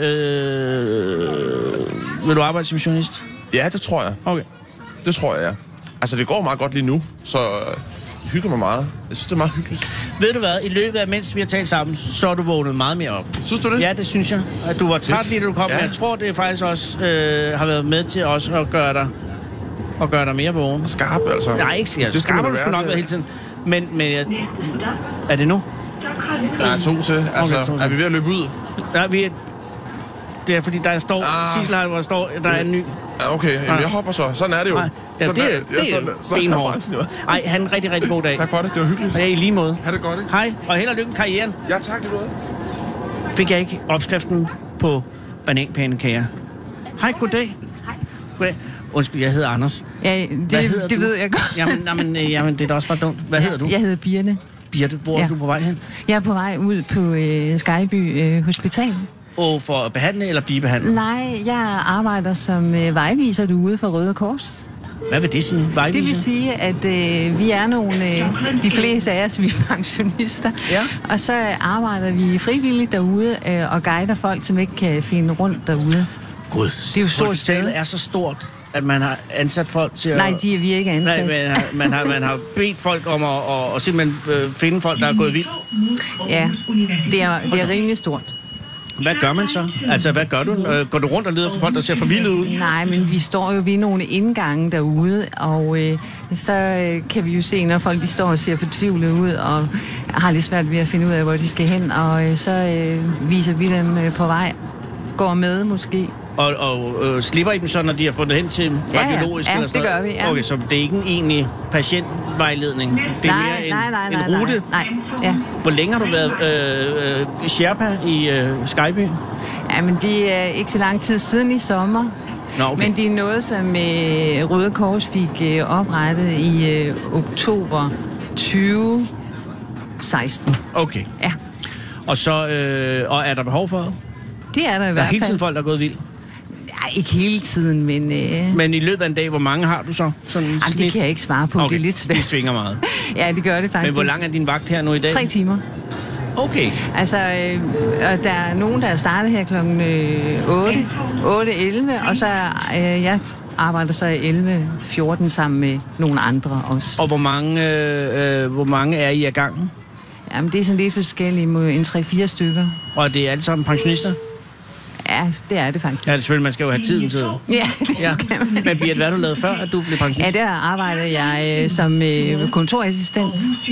S4: øh, vil du arbejde som journalist?
S13: Ja, det tror jeg.
S4: Okay.
S13: Det tror jeg, ja. Altså, det går meget godt lige nu, så jeg hygger mig meget. Jeg synes, det er meget hyggeligt.
S4: Ved du hvad, i løbet af, mens vi har talt sammen, så er du vågnet meget mere op.
S13: Synes du det?
S4: Ja, det synes jeg. At du var træt lige, da du kom,
S13: ja.
S4: Men jeg tror, det faktisk også øh, har været med til også at gøre dig og gøre dig mere vågen.
S13: Skarp, altså.
S4: Nej, ikke ja, skarp har du sgu nok været hele tiden. Men, men jeg, er det nu?
S13: Der er to til. Altså, okay, to til. Er vi ved at løbe ud?
S4: Nej, vi er... Det er fordi, der står...
S13: Ah.
S4: Sissel har, hvor der står, der er en ny...
S13: Ja, okay. Jamen,
S4: ah.
S13: jeg hopper så. Sådan er det jo.
S4: Ah. Ja,
S13: sådan
S4: det er,
S13: er,
S4: det er,
S13: ja, sådan,
S4: benhårdt. Ej, han en rigtig, rigtig god dag.
S13: Tak for det. Det var hyggeligt.
S4: Ja, i lige måde.
S13: Ha' det godt, ikke?
S4: Hej, og held og lykke med karrieren.
S13: Ja, tak. Det var.
S4: Fik jeg ikke opskriften på bananpandekager? Hej, goddag.
S14: Hej.
S4: Goddag. Undskyld, jeg hedder Anders.
S14: Ja, det, det
S4: du?
S14: ved jeg godt.
S4: Jamen, jamen, jamen, det er da også bare dumt. Hvad
S14: ja,
S4: hedder du?
S14: Jeg hedder Birte.
S4: Birte, hvor ja. er du på vej hen?
S14: Jeg er på vej ud på øh, Skyby øh, Hospital.
S4: Og for at behandle eller blive behandlet?
S14: Nej, jeg arbejder som øh, vejviser derude for Røde Kors.
S4: Hvad vil det sige, vejviser?
S14: Det vil sige, at øh, vi er nogle, øh, de fleste af os, vi er pensionister.
S4: Ja.
S14: Og så arbejder vi frivilligt derude øh, og guider folk, som ikke kan finde rundt derude.
S4: Gud,
S14: det er jo stort
S4: hospitalet er så stort, at man har ansat folk til at...
S14: Nej, de er vi ikke ansat.
S4: Nej, man har, man har, man har bedt folk om at og, og simpelthen øh, finde folk, der er gået vildt.
S14: Ja, det er, det er rimelig stort.
S4: Hvad gør man så? Altså, hvad gør du? Øh, går du rundt og leder efter folk, der ser for vildt ud?
S14: Nej, men vi står jo ved nogle indgange derude, og øh, så øh, kan vi jo se, når folk de står og ser fortvivlet ud, og har lidt svært ved at finde ud af, hvor de skal hen, og øh, så øh, viser vi dem øh, på vej. Går med, måske.
S4: Og, og øh, slipper I dem så, når de har fundet hen til radiologisk?
S14: Ja, ja.
S4: Eller sådan
S14: Ja, det gør vi, ja.
S4: Okay, så det er ikke en egentlig patientvejledning? Det er
S14: nej,
S4: mere en,
S14: nej, nej, nej,
S4: en rute?
S14: Nej, nej, ja.
S4: Hvor længe har du været øh, øh, Sherpa i øh, Skyby?
S14: Jamen, det er ikke så lang tid siden i sommer.
S4: Nå, okay.
S14: Men det er noget, som øh, Røde Kors fik øh, oprettet i øh, oktober tyve seksten.
S4: Okay.
S14: Ja.
S4: Og så øh, og er der behov for det?
S14: Det er der i
S4: der
S14: hvert fald.
S4: Der er hele tiden folk, der er gået vildt?
S14: Nej, ikke hele tiden, men... Øh...
S4: Men i løbet af en dag, hvor mange har du så? Sådan
S14: Ej, det kan jeg ikke svare på,
S4: okay.
S14: Det er lidt svært.
S4: Det svinger meget.
S14: Ja, det gør det faktisk.
S4: Men hvor lang er din vagt her nu i dag?
S14: Tre timer.
S4: Okay.
S14: Altså, øh, og der er nogen, der er startet her klokken otte, otte elleve, og så øh, jeg arbejder så i elleve fjorten sammen med nogle andre også.
S4: Og hvor mange, øh, hvor mange er I af gangen?
S14: Jamen, det er sådan lidt forskelligt, mod en tre fire stykker.
S4: Og det er alle sammen pensionister?
S14: Ja, det er det faktisk.
S4: Ja, det er selvfølgelig, man skal jo have tiden til.
S14: Ja, det ja. skal man.
S4: Men Birte, hvad har du lavet før, at du blev pensionist?
S14: Ja, der arbejdede jeg øh, som øh, kontorassistent.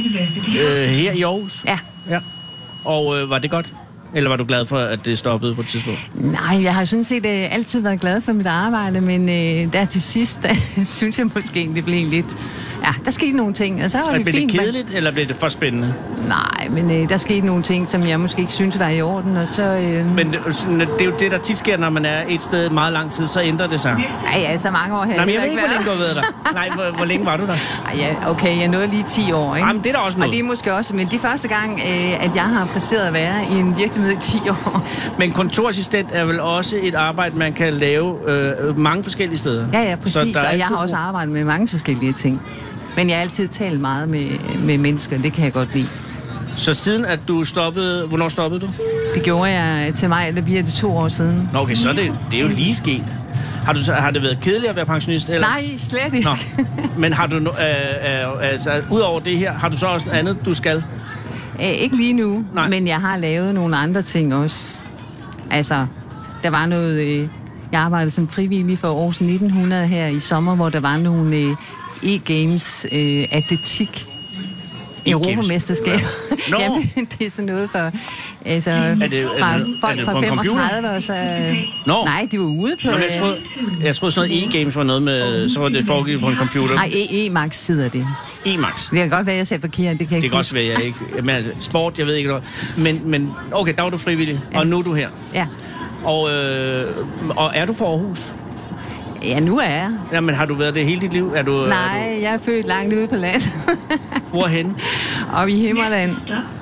S4: Øh, her i Aarhus?
S14: Ja.
S4: Ja. Og øh, var det godt? Eller var du glad for, at det stoppede på et tidspunkt?
S14: Nej, jeg har sådan set øh, altid været glad for mit arbejde, men øh, der til sidst, der, synes jeg måske, det blev lidt... Ja, der skete nogle ting, og så var det,
S4: det
S14: fint.
S4: Blev det kedeligt, man... eller blev det for spændende?
S14: Nej, men øh, der skete nogle ting, som jeg måske ikke synes var i orden, og så... Øh...
S4: Men det, det er jo det, der tit sker, når man er et sted meget lang tid, så ændrer det sig.
S14: Ja, ja, så mange år her.
S4: Nej, men jeg ved ikke, hvor længe du har været der. Nej, hvor, hvor længe var du der?
S14: Ej, ja, okay, jeg nåede lige ti år, ikke?
S4: Jamen, det er da også noget.
S14: Og det er måske også, men det er første gang, øh, at jeg har passeret at være i en virksomhed i ti år.
S4: Men kontorassistent er vel også et arbejde, man kan lave øh, mange forskellige steder?
S14: Ja, ja, præcis, og altid... jeg har også arbejdet med mange forskellige ting. Men jeg har altid talt meget med, med mennesker, det kan jeg godt lide.
S4: Så siden at du stoppede... Hvornår stoppede du?
S14: Det gjorde jeg til mig, det bliver det to år siden.
S4: Nå, okay, så er det, det er jo lige sket. Har, du, har det været kedeligt at være pensionist? Ellers?
S14: Nej, slet ikke.
S4: Nå. Men har du... Øh, øh, altså, udover det her, har du så også noget andet, du skal?
S14: Æ, ikke lige nu,
S4: Nej.
S14: Men jeg har lavet nogle andre ting også. Altså, der var noget... Øh, jeg arbejdede som frivillig for år nitten hundrede her i sommer, hvor der var nogle... Øh, e-games, øh, atletik, Europamesterskab.
S4: No.
S14: Jamen, det er sådan noget for altså,
S4: er det,
S14: fra
S4: er det,
S14: folk
S4: er det
S14: fra femogtredive og så...
S4: No.
S14: Nej, de var ude på...
S4: Nå, jeg troede, jeg troede sådan noget e-games var noget med... Så var det foregik på en computer.
S14: Nej, E-Max sidder det.
S4: E-Max?
S14: Det kan godt være, jeg ser forkert. Det kan,
S4: det kan også være, jeg ikke... Men altså, sport, jeg ved ikke noget. Men, men okay, der var du frivillig, ja. Og nu er du her.
S14: Ja.
S4: Og, øh, og er du fra Aarhus?
S14: Ja, nu er jeg.
S4: Jamen, har du været det hele dit liv? Er du,
S14: Nej,
S4: er du...
S14: jeg er født langt ude på landet.
S4: Hvorhen?
S14: Oppe i Himmerland.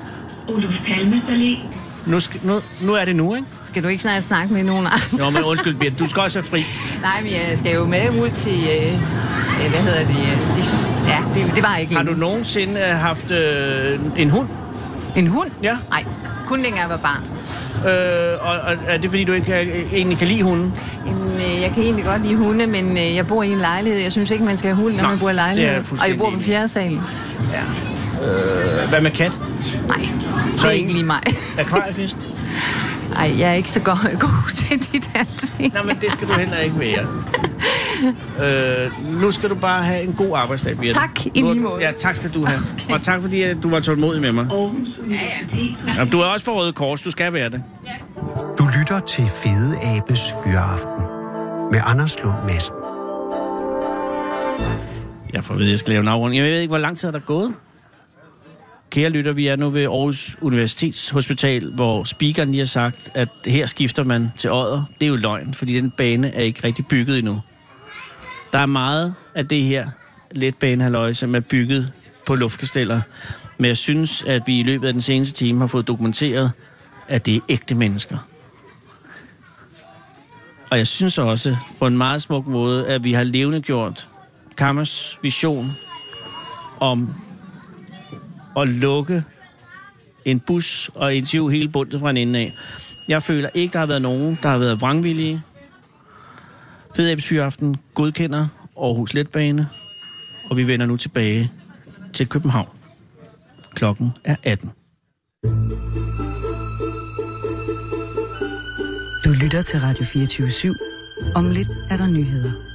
S4: Nu, skal, nu, nu er det nu, ikke?
S14: Skal du ikke snart snakke med nogen andre?
S4: Jo, men undskyld, Birte, du skal også have fri.
S14: Nej, men jeg skal jo med ud til... Øh, hvad hedder det? De, ja, det, det var ikke
S4: Har
S14: længe.
S4: du nogensinde haft øh, en hund?
S14: En hund?
S4: Ja.
S14: Nej, kun dengang jeg var barn.
S4: Øh, og, og er det fordi, du ikke kan, egentlig kan lide hunden?
S14: Jamen, jeg kan egentlig godt lide hunde, men jeg bor i en lejlighed. Jeg synes ikke, man skal have hund, når Nå, man bor i lejlighed. Og jeg bor på fjerde sal.
S4: Ja. Øh, hvad med kat?
S14: Nej, det er ikke lige mig.
S4: Akvariefisk?
S14: Nej, jeg er ikke så god, god til de der ting.
S4: Nej, men det skal du heller ikke være. øh, nu skal du bare have en god arbejdsdag, Birte.
S14: Tak, i lige måde.
S4: Ja, tak skal du have. Okay. Og tak fordi, at du var tålmodig med mig.
S14: Ja, ja.
S4: Jamen, du er også for Røde Kors, du skal være det.
S10: Ja. Du lytter til Fede Abes Fyraften med Anders Lund Madsen.
S4: Jeg får ved, at jeg skal lave en afrunding. Jeg ved ikke, hvor lang tid er der gået? Kære lytter, vi er nu ved Aarhus Universitetshospital, hvor speakeren lige har sagt, at her skifter man til Odder. Det er jo løgn, fordi den bane er ikke rigtig bygget endnu. Der er meget af det her letbanehalløj, som er bygget på luftkasteller. Men jeg synes, at vi i løbet af den seneste time har fået dokumenteret, at det er ægte mennesker. Og jeg synes også, på en meget smuk måde, at vi har levendegjort Kammers vision om at lukke en bus og interviewe hele bundet fra en ende af. Jeg føler ikke, der har været nogen, der har været vrangvillige. Fede Abes Fyraften godkender Aarhus Letbane, og vi vender nu tilbage til København. Klokken er atten.
S1: Du lytter til Radio fireogtyve syv. Om lidt er der nyheder.